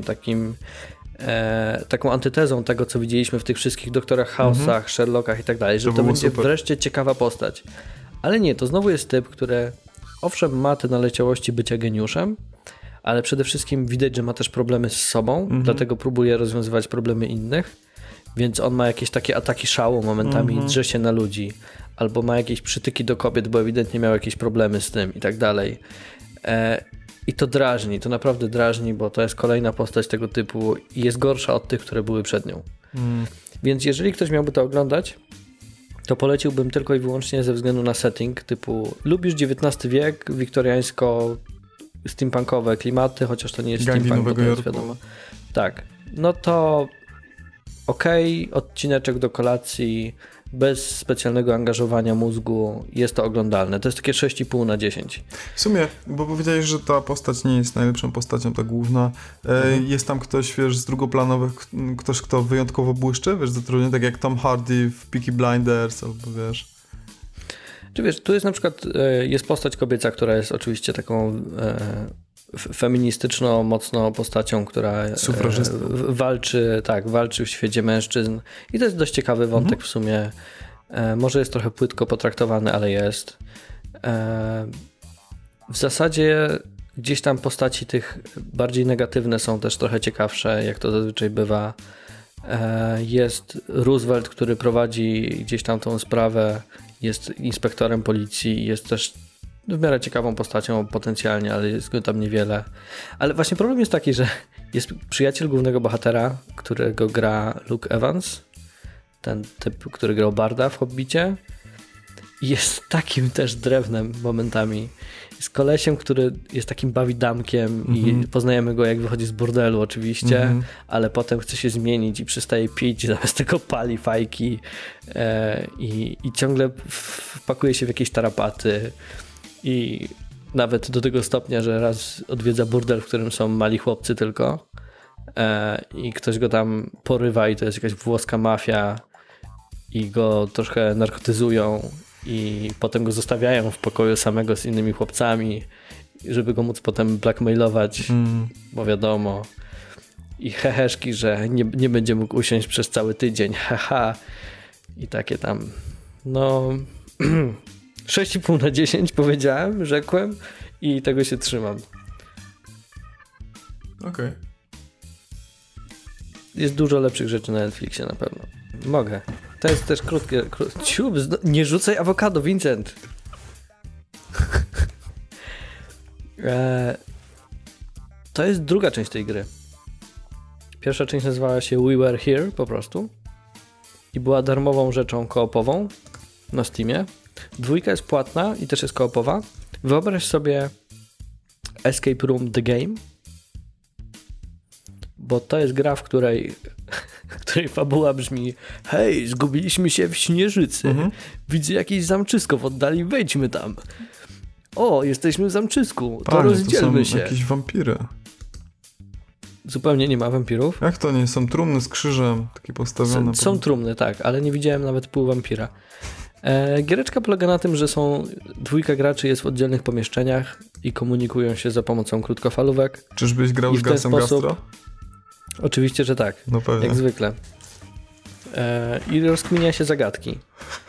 taką antytezą tego, co widzieliśmy w tych wszystkich doktorach House'ach, Sherlockach i tak dalej, że to będzie wreszcie ciekawa postać. Ale nie, to znowu jest typ, który owszem ma te naleciałości bycia geniuszem, ale przede wszystkim widać, że ma też problemy z sobą, dlatego próbuje rozwiązywać problemy innych, więc on ma jakieś takie ataki szału momentami, drze się na ludzi, albo ma jakieś przytyki do kobiet, bo ewidentnie miał jakieś problemy z tym i tak dalej. I to drażni, to naprawdę drażni, bo to jest kolejna postać tego typu i jest gorsza od tych, które były przed nią. Więc jeżeli ktoś miałby to oglądać, to poleciłbym tylko i wyłącznie ze względu na setting, typu lubisz XIX wiek, wiktoriańsko steampunkowe klimaty, chociaż to nie jest steampunk, bo to jest wiadomo. Tak, no to odcineczek do kolacji, bez specjalnego angażowania mózgu, jest to oglądalne. To jest takie 6,5 na 10. W sumie, bo powiedziałeś, że ta postać nie jest najlepszą postacią, ta główna. Jest tam ktoś, wiesz, z drugoplanowych, ktoś, kto wyjątkowo błyszczy, wiesz, zatrudniony, tak jak Tom Hardy w Peaky Blinders, albo wiesz. Czy wiesz, tu jest na przykład, jest postać kobieca, która jest oczywiście taką feministyczną, mocno postacią, która walczy w świecie mężczyzn i to jest dość ciekawy wątek w sumie. Może jest trochę płytko potraktowany, ale jest. W zasadzie gdzieś tam postaci tych bardziej negatywne są też trochę ciekawsze, jak to zazwyczaj bywa. Jest Roosevelt, który prowadzi gdzieś tam tą sprawę, jest inspektorem policji, jest też w miarę ciekawą postacią potencjalnie, ale jest go tam niewiele. Ale właśnie problem jest taki, że jest przyjaciel głównego bohatera, którego gra Luke Evans, ten typ, który grał Barda w Hobbicie. I jest takim też drewnem momentami. Jest kolesiem, który jest takim bawidamkiem i poznajemy go, jak wychodzi z bordelu oczywiście, ale potem chce się zmienić i przestaje pić, zamiast tego pali fajki i ciągle wpakuje się w jakieś tarapaty i nawet do tego stopnia, że raz odwiedza burdel, w którym są mali chłopcy tylko i ktoś go tam porywa i to jest jakaś włoska mafia i go troszkę narkotyzują i potem go zostawiają w pokoju samego z innymi chłopcami, żeby go móc potem blackmailować, bo wiadomo. I heheszki, że nie będzie mógł usiąść przez cały tydzień. Haha. I takie tam. No 6,5 na 10 powiedziałem, rzekłem i tego się trzymam. Okej. Jest dużo lepszych rzeczy na Netflixie na pewno. Mogę. To jest też krótkie. Nie rzucaj awokado, Vincent. To jest druga część tej gry. Pierwsza część nazywała się We Were Here po prostu i była darmową rzeczą koopową na Steamie. Dwójka jest płatna i też jest koopowa. Wyobraź sobie Escape Room The Game, bo to jest gra, w której fabuła brzmi: hej, zgubiliśmy się w Śnieżycy. Widzę jakieś zamczysko w oddali, wejdźmy tam. O, jesteśmy w zamczysku, to rozdzielmy się. To są jakieś wampiry. Zupełnie nie ma wampirów. Jak to nie? Są trumny z krzyżem, takie postawione. Są trumny, tak, ale nie widziałem nawet pół wampira. Giereczka polega na tym, że dwójka graczy jest w oddzielnych pomieszczeniach i komunikują się za pomocą krótkofalówek. Czyżbyś grał z Gasem Gastro? Oczywiście, że tak. No pewnie. Jak zwykle. I rozkminia się zagadki.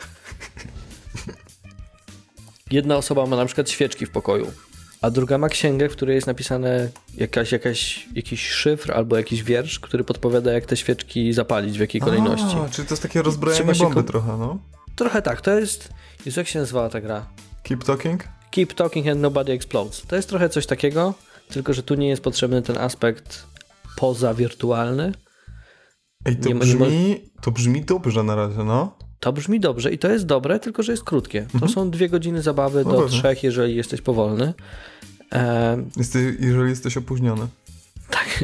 Jedna osoba ma na przykład świeczki w pokoju, a druga ma księgę, w której jest napisane jakiś szyfr albo jakiś wiersz, który podpowiada, jak te świeczki zapalić, w jakiej kolejności. Czyli to jest takie rozbrojenie bomby trochę, no? Trochę tak. To jest... Jezu, jak się nazywała ta gra? Keep Talking? Keep Talking and Nobody Explodes. To jest trochę coś takiego, tylko że tu nie jest potrzebny ten aspekt pozawirtualny. Ej, to brzmi dobrze na razie, no. To brzmi dobrze i to jest dobre, tylko że jest krótkie. To są 2 godziny zabawy do 3, jeżeli jesteś powolny. Jeżeli jesteś opóźniony. Tak.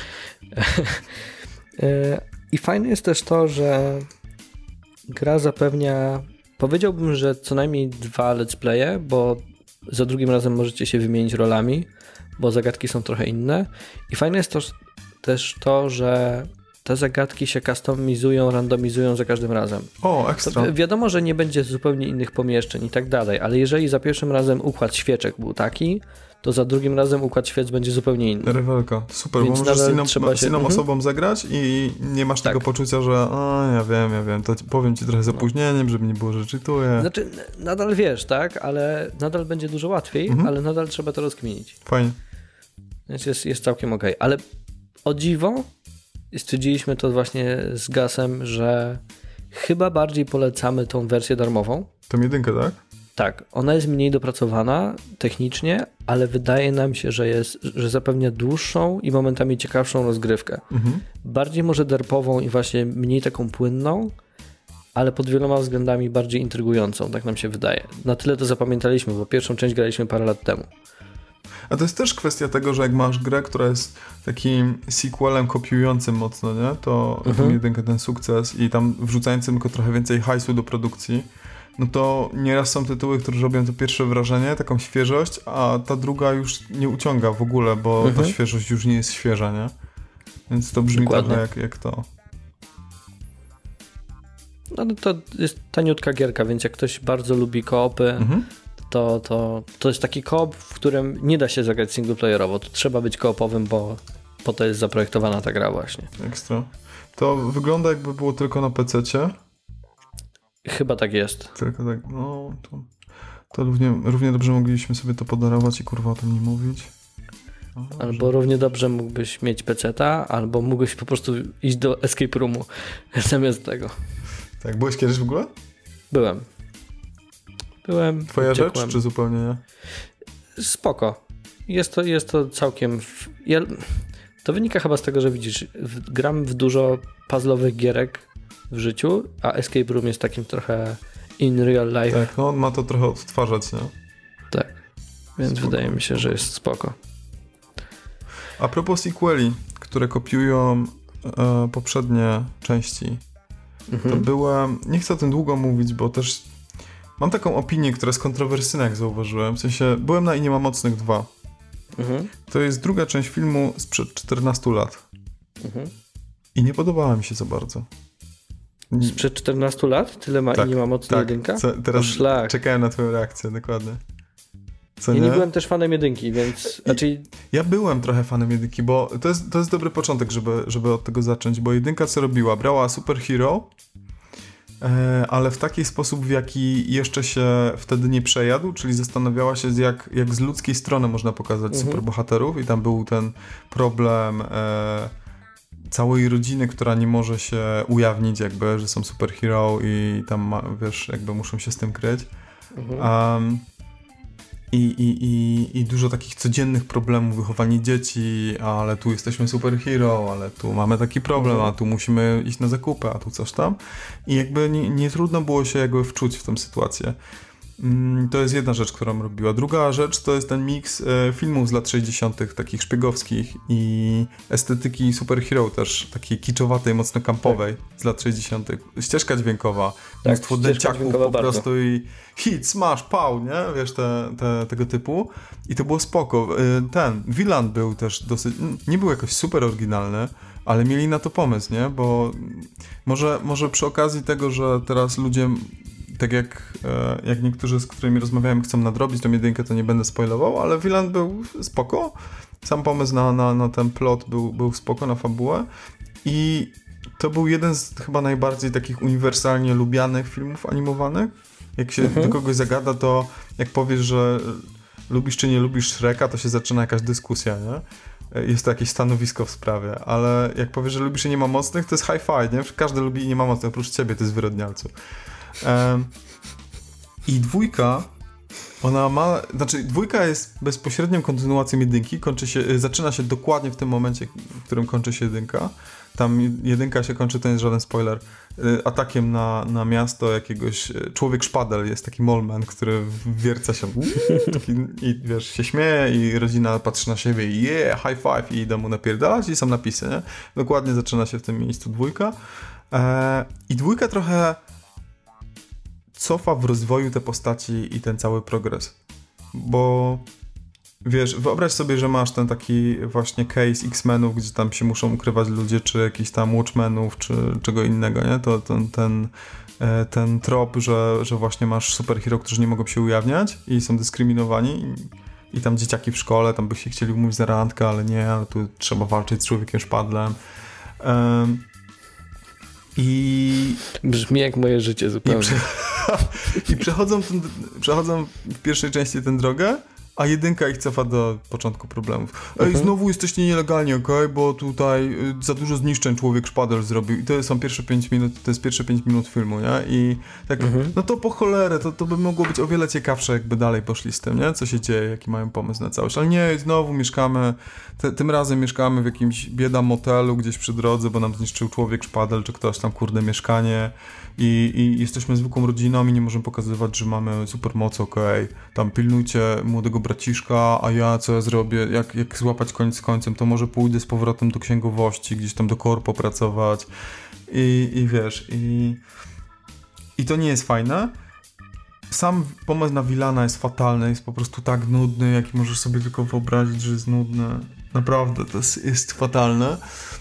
I fajne jest też to, że gra zapewnia, powiedziałbym, że co najmniej 2 let's playe, bo za drugim razem możecie się wymienić rolami, bo zagadki są trochę inne. I fajne jest też to, że te zagadki się customizują, randomizują za każdym razem. O, ekstra. To wiadomo, że nie będzie zupełnie innych pomieszczeń i tak dalej, ale jeżeli za pierwszym razem układ świeczek był taki, to za drugim razem układ świec będzie zupełnie inny. Rewelka, super, Więc bo możesz z inną się... osobą zagrać i nie masz tego poczucia, że ja wiem, to powiem ci trochę z opóźnieniem, żeby nie było, że czytuję. Znaczy, nadal wiesz, tak, ale nadal będzie dużo łatwiej, ale nadal trzeba to rozkminić. Fajnie. Więc jest całkiem okej. Ale o dziwo stwierdziliśmy to właśnie z Gasem, że chyba bardziej polecamy tą wersję darmową. Tą jedynkę, tak? Tak, ona jest mniej dopracowana technicznie, ale wydaje nam się, że zapewnia dłuższą i momentami ciekawszą rozgrywkę. Bardziej może derpową i właśnie mniej taką płynną, ale pod wieloma względami bardziej intrygującą, tak nam się wydaje. Na tyle to zapamiętaliśmy, bo pierwszą część graliśmy parę lat temu. A to jest też kwestia tego, że jak masz grę, która jest takim sequelem kopiującym mocno, nie? To tą jedynkę, ten sukces i tam wrzucającym tylko trochę więcej hajsu do produkcji, no to nieraz są tytuły, które robią to pierwsze wrażenie, taką świeżość, a ta druga już nie uciąga w ogóle, bo ta świeżość już nie jest świeża, nie? Więc to brzmi trochę jak to. No to jest taniutka gierka, więc jak ktoś bardzo lubi koopy, to jest taki koop, w którym nie da się zagrać singleplayerowo. To trzeba być koopowym, bo po to jest zaprojektowana ta gra właśnie. Ekstra. To wygląda jakby było tylko na PC-cie. Chyba tak jest. Tylko tak, no to równie dobrze mogliśmy sobie to podarować i kurwa o tym nie mówić. Albo równie dobrze mógłbyś mieć PC-ta, albo mógłbyś po prostu iść do escape roomu zamiast tego. Tak, byłeś kiedyś w ogóle? Byłem. Twoja uciekłem. rzecz, czy zupełnie nie? Spoko. Jest to całkiem... To wynika chyba z tego, że widzisz, gram w dużo puzzlowych gierek w życiu, a escape room jest takim trochę in real life. Tak, no on ma to trochę odtwarzać, nie? Tak. Więc spoko, wydaje mi się, że jest spoko. A propos sequeli, które kopiują poprzednie części, to była... Nie chcę o tym długo mówić, bo też mam taką opinię, która jest kontrowersyjna, jak zauważyłem. W sensie, byłem na I nie ma mocnych 2. To jest druga część filmu sprzed 14 lat. I nie podobała mi się za bardzo. Sprzed 14 lat? Tyle ma i nie ma mocnej jedynka? Teraz czekałem na twoją reakcję, dokładnie. Ja nie byłem też fanem jedynki, więc... Ja byłem trochę fanem jedynki, bo to jest dobry początek, żeby od tego zacząć, bo jedynka co robiła? Brała superhero, ale w taki sposób, w jaki jeszcze się wtedy nie przejadł, czyli zastanawiała się, jak z ludzkiej strony można pokazać superbohaterów i tam był ten problem całej rodziny, która nie może się ujawnić jakby, że są superhero i tam, wiesz, jakby muszą się z tym kryć. I dużo takich codziennych problemów, wychowanie dzieci, ale tu jesteśmy superhero, ale tu mamy taki problem, a tu musimy iść na zakupy, a tu coś tam. I jakby nie trudno było się jakby wczuć w tę sytuację. To jest jedna rzecz, którą robiła. Druga rzecz to jest ten miks filmów z lat 60., takich szpiegowskich i estetyki superhero też, takiej kiczowatej, mocno kampowej z lat 60. Ścieżka dźwiękowa, mnóstwo dęciaków po prostu i hit, smash, pał, nie? Wiesz, tego typu. I to było spoko. Ten Wieland był też dosyć, nie był jakoś super oryginalny, ale mieli na to pomysł, nie? Bo może przy okazji tego, że teraz ludzie... Tak jak niektórzy, z którymi rozmawiałem, chcą nadrobić tą jedynkę, to nie będę spoilował, ale Wieland był spoko. Sam pomysł na ten plot był spoko, na fabułę. I to był jeden z chyba najbardziej takich uniwersalnie lubianych filmów animowanych. Jak się do kogoś zagada, to jak powiesz, że lubisz czy nie lubisz Shreka, to się zaczyna jakaś dyskusja, nie? Jest to jakieś stanowisko w sprawie, ale jak powiesz, że lubisz i nie ma mocnych, to jest hi-fi, nie? Każdy lubi i nie ma mocnych, oprócz ciebie, to jest wyrodnialcu. I dwójka, dwójka jest bezpośrednią kontynuacją jedynki, zaczyna się dokładnie w tym momencie, w którym kończy się jedynka. Tam jedynka się kończy, to nie jest żaden spoiler, atakiem na miasto jakiegoś, człowiek szpadel, jest taki molman, który wierca się i wiesz, się śmieje i rodzina patrzy na siebie i high five i idą mu napierdalać i są napisy, nie? Dokładnie zaczyna się w tym miejscu dwójka. I dwójka trochę cofa w rozwoju te postaci i ten cały progres. bo wiesz, wyobraź sobie, że masz ten taki właśnie case X-Menów, gdzie tam się muszą ukrywać ludzie, czy jakichś tam Watchmenów, czy czego innego, nie? To ten trop, że właśnie masz superhero, którzy nie mogą się ujawniać i są dyskryminowani i tam dzieciaki w szkole, tam by się chcieli umówić na randkę, ale nie, ale tu trzeba walczyć z człowiekiem szpadlem. Brzmi jak moje życie zupełnie. I przechodzą w pierwszej części tę drogę, a jedynka ich cofa do początku problemów. Ej, znowu jesteście nielegalni, okej? Bo tutaj za dużo zniszczeń człowiek szpadel zrobił. I to są pierwsze 5 minut, to jest pierwsze 5 minut filmu, nie? I tak, no to po cholerę, to by mogło być o wiele ciekawsze, jakby dalej poszli z tym, nie? Co się dzieje, jaki mają pomysł na całość. Ale nie, znowu mieszkamy, tym razem mieszkamy w jakimś bieda motelu gdzieś przy drodze, bo nam zniszczył człowiek szpadel, czy ktoś tam, kurde, mieszkanie. I jesteśmy zwykłą rodziną i nie możemy pokazywać, że mamy supermoc, okej. Tam pilnujcie młodego braciszka, a ja co ja zrobię, jak złapać koniec z końcem, to może pójdę z powrotem do księgowości, gdzieś tam do korpo pracować i wiesz, i to nie jest fajne. Sam pomysł na Villana jest fatalny, jest po prostu tak nudny, jaki możesz sobie tylko wyobrazić, że jest nudny. Naprawdę, to jest fatalne.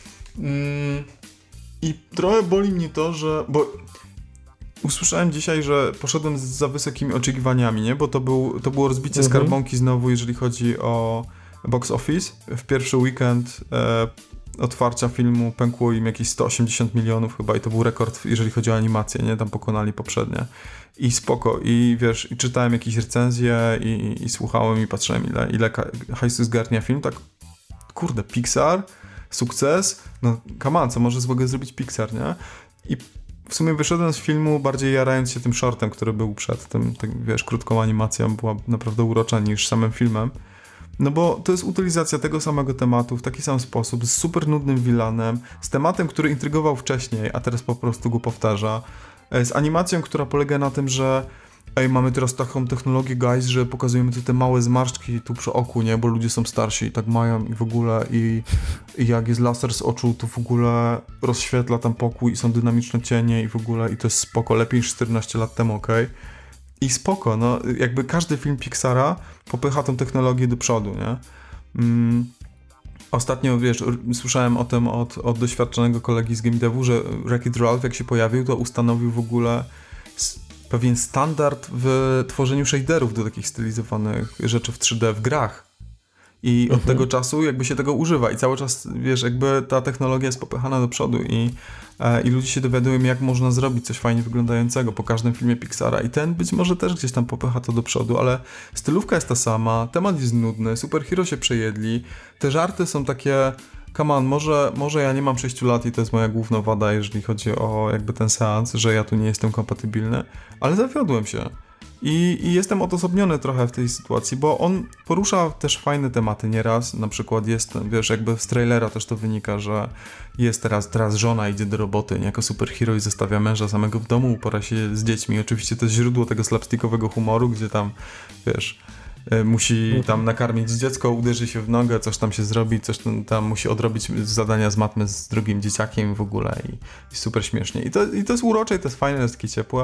I trochę boli mnie to, bo usłyszałem dzisiaj, że poszedłem za wysokimi oczekiwaniami, nie? Bo to było rozbicie skarbonki znowu, jeżeli chodzi o box office. W pierwszy weekend otwarcia filmu pękło im jakieś 180 milionów chyba i to był rekord, jeżeli chodzi o animację, nie? Tam pokonali poprzednie. I spoko. I wiesz, i czytałem jakieś recenzje i słuchałem i patrzyłem, ile hajsu zgarnia film. Tak, kurde, Pixar, sukces, no come on, co może złego zrobić Pixar, nie? I w sumie wyszedłem z filmu bardziej jarając się tym shortem, który był przed tym, tak, wiesz, krótką animacją, była naprawdę urocza niż samym filmem. No bo to jest utylizacja tego samego tematu w taki sam sposób, z super nudnym villanem, z tematem, który intrygował wcześniej, a teraz po prostu go powtarza, z animacją, która polega na tym, że mamy teraz taką technologię, guys, że pokazujemy tu te małe zmarszczki tu przy oku, nie? Bo ludzie są starsi i tak mają i w ogóle i jak jest laser z oczu, to w ogóle rozświetla tam pokój i są dynamiczne cienie i w ogóle i to jest spoko, lepiej niż 14 lat temu, okej? I spoko, no jakby każdy film Pixara popycha tą technologię do przodu, nie? Ostatnio, wiesz, słyszałem o tym od doświadczonego kolegi z game devu, że Wreck-It Ralph jak się pojawił, to ustanowił w ogóle pewien standard w tworzeniu shaderów do takich stylizowanych rzeczy w 3D w grach. I od tego czasu jakby się tego używa i cały czas, wiesz, jakby ta technologia jest popychana do przodu i ludzie się dowiadują, jak można zrobić coś fajnie wyglądającego po każdym filmie Pixara i ten być może też gdzieś tam popycha to do przodu, ale stylówka jest ta sama, temat jest nudny, superhero się przejedli, te żarty są takie, come on, może ja nie mam 6 lat i to jest moja główna wada, jeżeli chodzi o jakby ten seans, że ja tu nie jestem kompatybilny, ale zawiodłem się. I jestem odosobniony trochę w tej sytuacji, bo on porusza też fajne tematy nieraz, na przykład jest, wiesz, jakby z trailera też to wynika, że jest teraz żona idzie do roboty, nie, jako superhero i zostawia męża samego w domu, upora się z dziećmi. Oczywiście to jest źródło tego slapstickowego humoru, gdzie tam, wiesz, musi tam nakarmić dziecko, uderzy się w nogę, coś tam się zrobi, coś tam musi odrobić zadania z matmy z drugim dzieciakiem w ogóle i super śmiesznie. I to jest urocze i to jest fajne, jest takie ciepłe,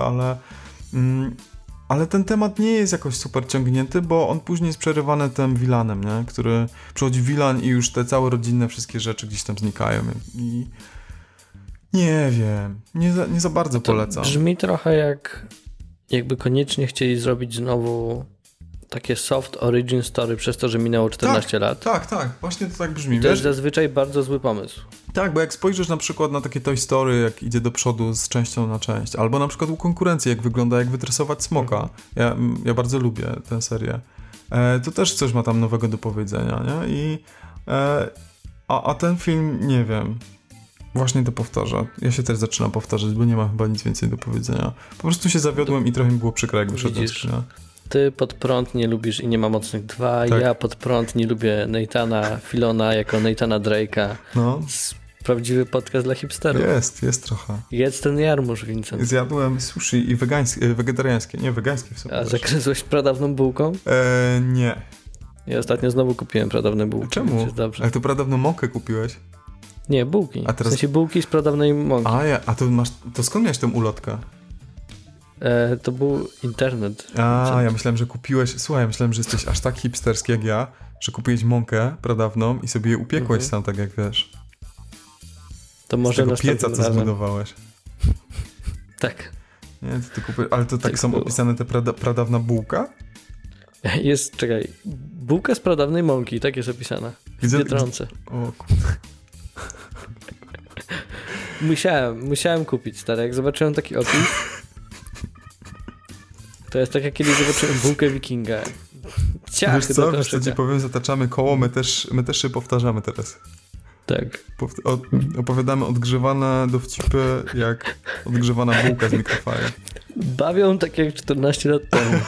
ale ten temat nie jest jakoś super ciągnięty, bo on później jest przerywany tym villanem, nie? Który przychodzi villan i już te całe rodzinne wszystkie rzeczy gdzieś tam znikają i nie wiem, nie za bardzo polecam. To brzmi trochę jakby koniecznie chcieli zrobić znowu takie soft origin story przez to, że minęło 14 lat. Tak, właśnie to tak brzmi. To jest zazwyczaj bardzo zły pomysł. Tak, bo jak spojrzysz na przykład na takie Toy Story, jak idzie do przodu z częścią na część, albo na przykład u konkurencji, jak wygląda, jak wytresować smoka. Ja bardzo lubię tę serię. To też coś ma tam nowego do powiedzenia, nie? A ten film, nie wiem, właśnie to powtarza. Ja się też zaczynam powtarzać, bo nie ma chyba nic więcej do powiedzenia. Po prostu się zawiodłem i trochę mi było przykro, jak wyszedłem z kina. Ty pod prąd nie lubisz i nie ma mocnych 2, tak. Ja pod prąd nie lubię Nathana Filona jako Nathana Drake'a. No. Prawdziwy podcast dla hipsterów. Jest trochę. Jedz ten jarmuż, Vincent. Zjadłem sushi i wegetariańskie, nie wegańskie w sumie. A zagryzłeś pradawną bułką? Nie. Ja ostatnio znowu kupiłem pradawne bułki. Czemu? Ale to pradawną mąkę kupiłeś? Nie, bułki. A teraz... W sensie bułki z pradawnej mąki. To skąd miałeś tę ulotkę? To był internet. Ja myślałem, że kupiłeś... Słuchaj, ja myślałem, że jesteś aż tak hipsterski jak ja, że kupiłeś mąkę pradawną i sobie je upiekłeś sam, tak jak wiesz. To może z tego pieca, co zbudowałeś. Tak. Nie, to ty kupiłeś... Ale to tak są było. opisane te pradawna bułka? Jest, czekaj, bułka z pradawnej mąki, tak jest opisana. W Biedronce. O kurde. Musiałem kupić, stary. Jak zobaczyłem taki opis, to jest tak jak kiedyś zobaczyłem bułkę wikinga. Wiesz co ci powiem, zataczamy koło, my też się powtarzamy teraz. Tak. Opowiadamy odgrzewane dowcipy, jak odgrzewana bułka z mikrofali. Bawią tak jak 14 lat temu.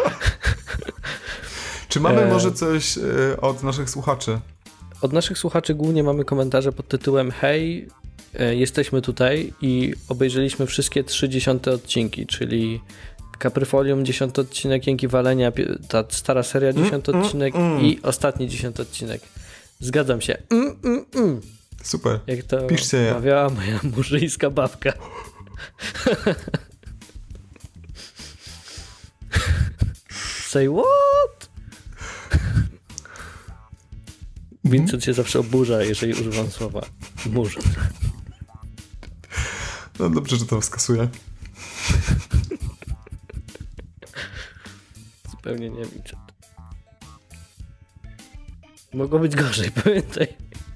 Czy mamy może coś od naszych słuchaczy? Od naszych słuchaczy głównie mamy komentarze pod tytułem hej, jesteśmy tutaj i obejrzeliśmy wszystkie 30 odcinki, czyli Kapryfolium 10 odcinek, Jęki Walenia, ta stara seria 10 odcinek i ostatni 10 odcinek. Zgadzam się. Super. Jak to Piszcie je. mawiała moja murzyńska babka. Say what? Vincent się zawsze oburza, jeżeli używam słowa murzyn. No dobrze, że to skasuję. Zupełnie nie Vincent. Mogło być gorzej, pamiętaj.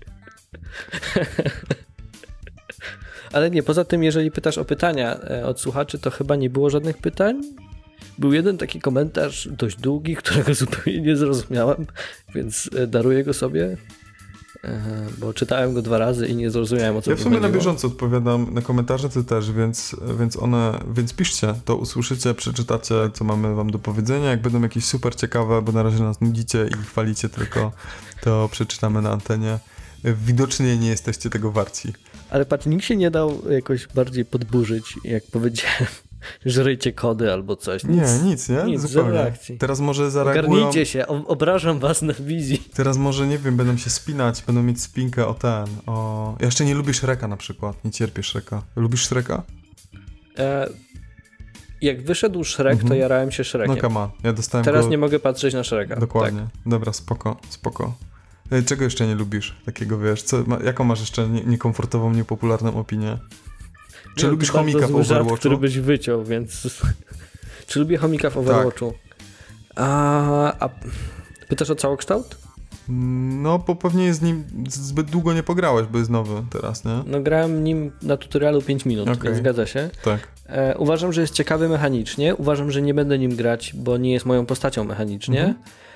Ale nie, poza tym, jeżeli pytasz o pytania od słuchaczy, to chyba nie było żadnych pytań. Był jeden taki komentarz dość długi, którego zupełnie nie zrozumiałem, więc daruję go sobie, bo czytałem go 2 razy i nie zrozumiałem, o co Ja w sumie chodziło. na bieżąco odpowiadam na komentarze, ty też, więc piszcie, to usłyszycie, przeczytacie, co mamy wam do powiedzenia. Jak będą jakieś super ciekawe, bo na razie nas nudzicie i chwalicie tylko, to przeczytamy na antenie. Widocznie nie jesteście tego warci. Ale patrz, nikt się nie dał jakoś bardziej podburzyć, jak powiedziałem, żryjcie kody albo coś. Nic, nie? Nic, Zupełnie. zero reakcji. Teraz może zareagują... Ogarnijcie się, obrażam was na wizji. Teraz może, nie wiem, będą się spinać, będą mieć spinkę o... Ja jeszcze nie lubię Shreka na przykład, nie cierpię Shreka. Lubisz Shreka? Jak wyszedł Shrek, to jarałem się Shrekiem. No come on, ja dostałem Teraz go... nie mogę patrzeć na Shreka. Dokładnie. Tak. Dobra, spoko. Czego jeszcze nie lubisz? Takiego, wiesz, jaką masz jeszcze niekomfortową, niepopularną opinię? Czy Nie, lubisz to chomika w zły żart, Overwatchu? który byś wyciął, więc... Czy lubię chomika w Overwatchu? A pytasz o całokształt? No, bo pewnie z nim zbyt długo nie pograłeś, bo jest nowy teraz, nie? No grałem nim na tutorialu 5 minut, Okay. więc zgadza się. Tak. Uważam, że jest ciekawy mechanicznie. Uważam, że nie będę nim grać, bo nie jest moją postacią mechanicznie.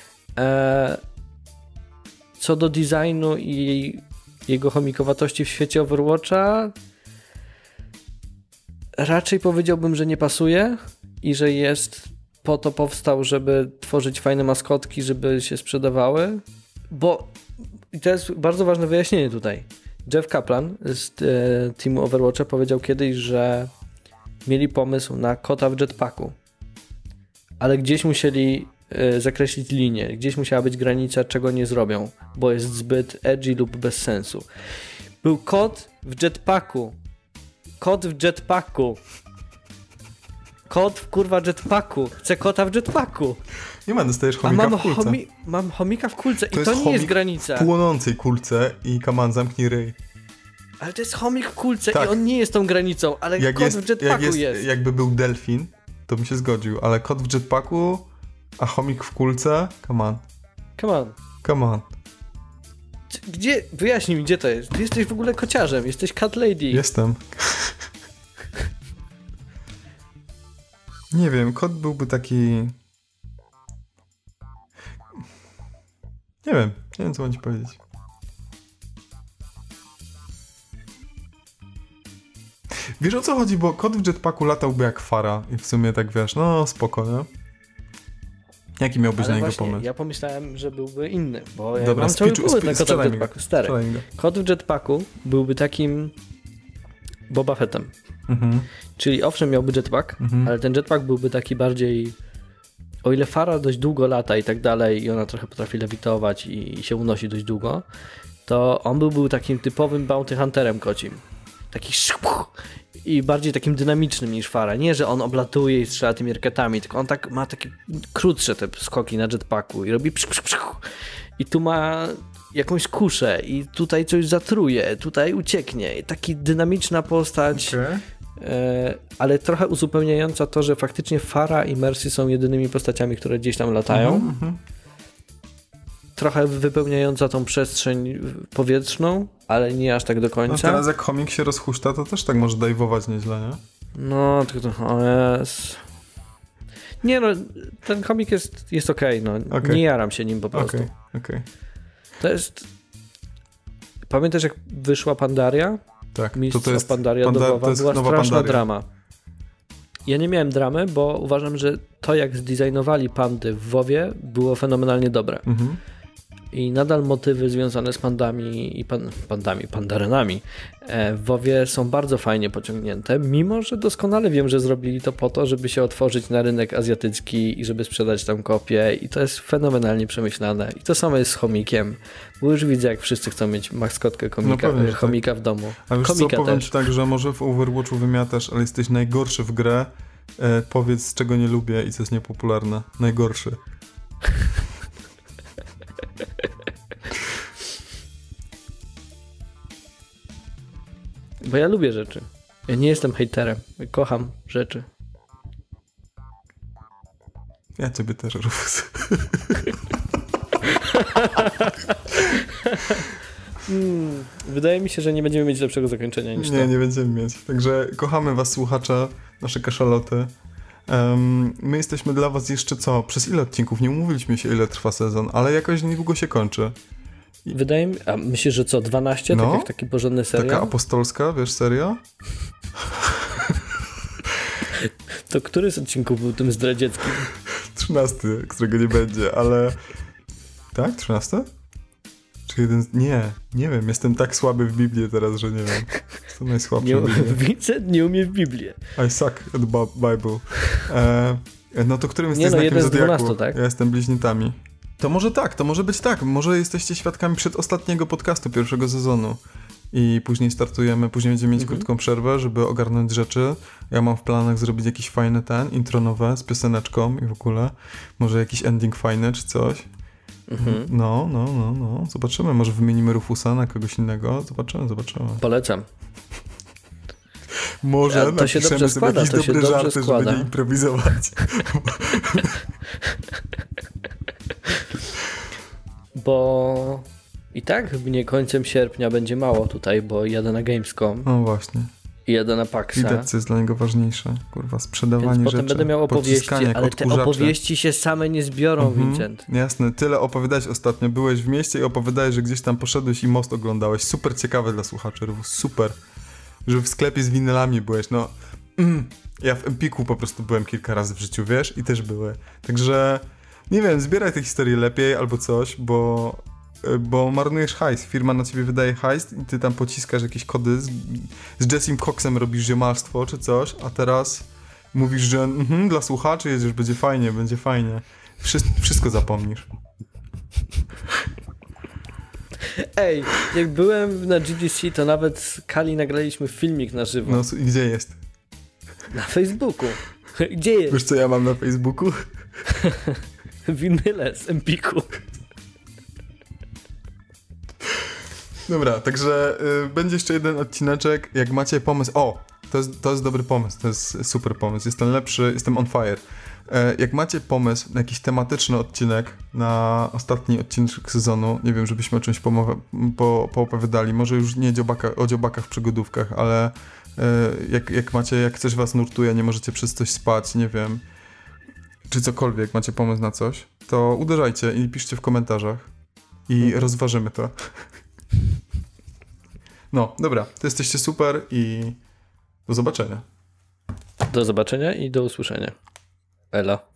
Co do designu i jego chomikowatości w świecie Overwatcha, raczej powiedziałbym, że nie pasuje i że jest po to powstał, żeby tworzyć fajne maskotki, żeby się sprzedawały, bo i to jest bardzo ważne wyjaśnienie tutaj. Jeff Kaplan z teamu Overwatcha powiedział kiedyś, że mieli pomysł na kota w jetpacku, ale gdzieś musieli zakreślić linię, gdzieś musiała być granica, czego nie zrobią, bo jest zbyt edgy lub bez sensu. Był kot w jetpacku. Kot w jetpacku. Kot w kurwa jetpacku. Chcę kota w jetpacku. Nie ma, dostajesz chomika w kulce. Mam chomika w kulce i to nie chomik jest granica. w płonącej kulce i kaman, zamknij ryj. Ale to jest chomik w kulce Tak. i on nie jest tą granicą, ale Jak kot w jetpacku jest. Jakby był delfin, to bym się zgodził, ale kot w jetpacku, a chomik w kulce, come on. Gdzie? Wyjaśnij mi, gdzie to jest. Ty jesteś w ogóle kociarzem, jesteś cat lady. Jestem. Nie wiem, kot byłby taki... Nie wiem, co mam ci powiedzieć. Wiesz, o co chodzi, bo kot w jetpacku latałby jak fara i w sumie tak, wiesz, no spoko, nie? Jaki miał być na niego pomysł? Ja pomyślałem, że byłby inny, bo ja Dobra, mam cały pomysł na kota w jetpacku. Stary, kot w jetpacku byłby takim Boba Fettem. Czyli owszem, miałby jetpack, ale ten jetpack byłby taki bardziej... O ile fara dość długo lata i tak dalej i ona trochę potrafi lewitować i się unosi dość długo, to on był takim typowym bounty hunterem kocim. Taki i bardziej takim dynamicznym niż Fara. Nie, że on oblatuje i strzela tymi rakietami, tylko on tak ma takie krótsze te skoki na jetpacku i robi i tu ma jakąś kuszę i tutaj coś zatruje, tutaj ucieknie. I taki dynamiczna postać, ale trochę uzupełniająca to, że faktycznie Fara i Mercy są jedynymi postaciami, które gdzieś tam latają. Trochę wypełniająca tą przestrzeń powietrzną, ale nie aż tak do końca. No teraz jak chomik się rozhuśta, to też tak może dajwować nieźle, nie? No, tylko to jest... Nie no, ten komik jest okej, no. Nie jaram się nim po prostu. Okej. To jest... Pamiętasz jak wyszła Pandaria? Tak. To jest Pandaria domowa. To jest była nowa straszna Pandaria. drama. Ja nie miałem dramy, bo uważam, że to jak zdesignowali pandy w WoWie było fenomenalnie dobre. I nadal motywy związane z pandami i pandarenami w WoWie są bardzo fajnie pociągnięte, mimo że doskonale wiem, że zrobili to po to, żeby się otworzyć na rynek azjatycki i żeby sprzedać tam kopie i to jest fenomenalnie przemyślane. I to samo jest z chomikiem, bo już widzę, jak wszyscy chcą mieć maskotkę chomika w domu. A wiesz komika co, powiem też. ci tak, że może w Overwatchu wymiatasz, ale jesteś najgorszy w grę. Powiedz, czego nie lubię i co jest niepopularne. Najgorszy. Bo ja lubię rzeczy. Ja nie jestem hejterem. Ja kocham rzeczy. Ja ciebie też, Rufus. Wydaje mi się, że nie będziemy mieć lepszego zakończenia niż to. Nie będziemy mieć. Także kochamy was, słuchacze, nasze kaszaloty. My jesteśmy dla was jeszcze co? Przez ile odcinków? Nie umówiliśmy się, ile trwa sezon, ale jakoś niedługo się kończy. Wydaje mi... A myślisz, że co? 12? No, tak jak taki porządny serial? Taka apostolska, wiesz, seria? To który z odcinków był tym zdradzieckim? 13, którego nie będzie, ale... Tak? 13? Czy jeden... Nie wiem. Jestem tak słaby w Biblię teraz, że nie wiem. Jestem najsłabszy w Biblię. Vincent nie umie w Biblię. I suck at Bible. No to którym jesteś Nie, no, znakiem jeden z zodiaku? 12, tak? Ja jestem bliźniętami. To może tak, to może być tak. Może jesteście świadkami przedostatniego podcastu pierwszego sezonu. I później startujemy, później będziemy mieć krótką przerwę, żeby ogarnąć rzeczy. Ja mam w planach zrobić jakiś fajny intro nowe z pioseneczką i w ogóle. Może jakiś ending fajny czy coś. No. Zobaczymy. Może wymienimy Rufusa na kogoś innego. Zobaczymy. Polecam. Może to się dobrze składa, jakieś to się dobre dobrze żarty, składa. żeby nie improwizować. Bo i tak mnie końcem sierpnia będzie mało tutaj, bo jadę na Gamescom No właśnie. i jadę na PAXa. Widać, co jest dla niego ważniejsze. Kurwa, sprzedawanie Więc rzeczy. potem będę miał opowieści, jak ale te odkurzacze. opowieści się same nie zbiorą, Vincent. Jasne, tyle opowiadałeś ostatnio. Byłeś w mieście i opowiadałeś, że gdzieś tam poszedłeś i most oglądałeś. Super ciekawe dla słuchaczy, super. Że w sklepie z winylami byłeś, no. Ja w Empiku po prostu byłem kilka razy w życiu, wiesz? I też były. Także, nie wiem, zbieraj te historie lepiej albo coś, bo marnujesz hajs. Firma na ciebie wydaje hajs i ty tam pociskasz jakieś kody. Z Jessim Coxem robisz ziomalstwo czy coś, a teraz mówisz, że dla słuchaczy jedziesz, będzie fajnie. Wszystko zapomnisz. Ej, jak byłem na GDC, to nawet z Kali nagraliśmy filmik na żywo. No i gdzie jest? Na Facebooku. Gdzie jest? Wiesz co ja mam na Facebooku? Winyle z Empiku. Dobra, także będzie jeszcze jeden odcineczek. Jak macie pomysł... To jest dobry pomysł, to jest super pomysł. Jestem lepszy, jestem on fire. Jak macie pomysł na jakiś tematyczny odcinek, na ostatni odcinek sezonu, nie wiem, żebyśmy o czymś poopowiadali, może już nie o dziobakach w przygodówkach, ale jak coś was nurtuje, nie możecie przez coś spać, nie wiem, czy cokolwiek, macie pomysł na coś, to uderzajcie i piszcie w komentarzach i rozważymy to. No, dobra, to jesteście super i do zobaczenia. Do zobaczenia i do usłyszenia. Elo.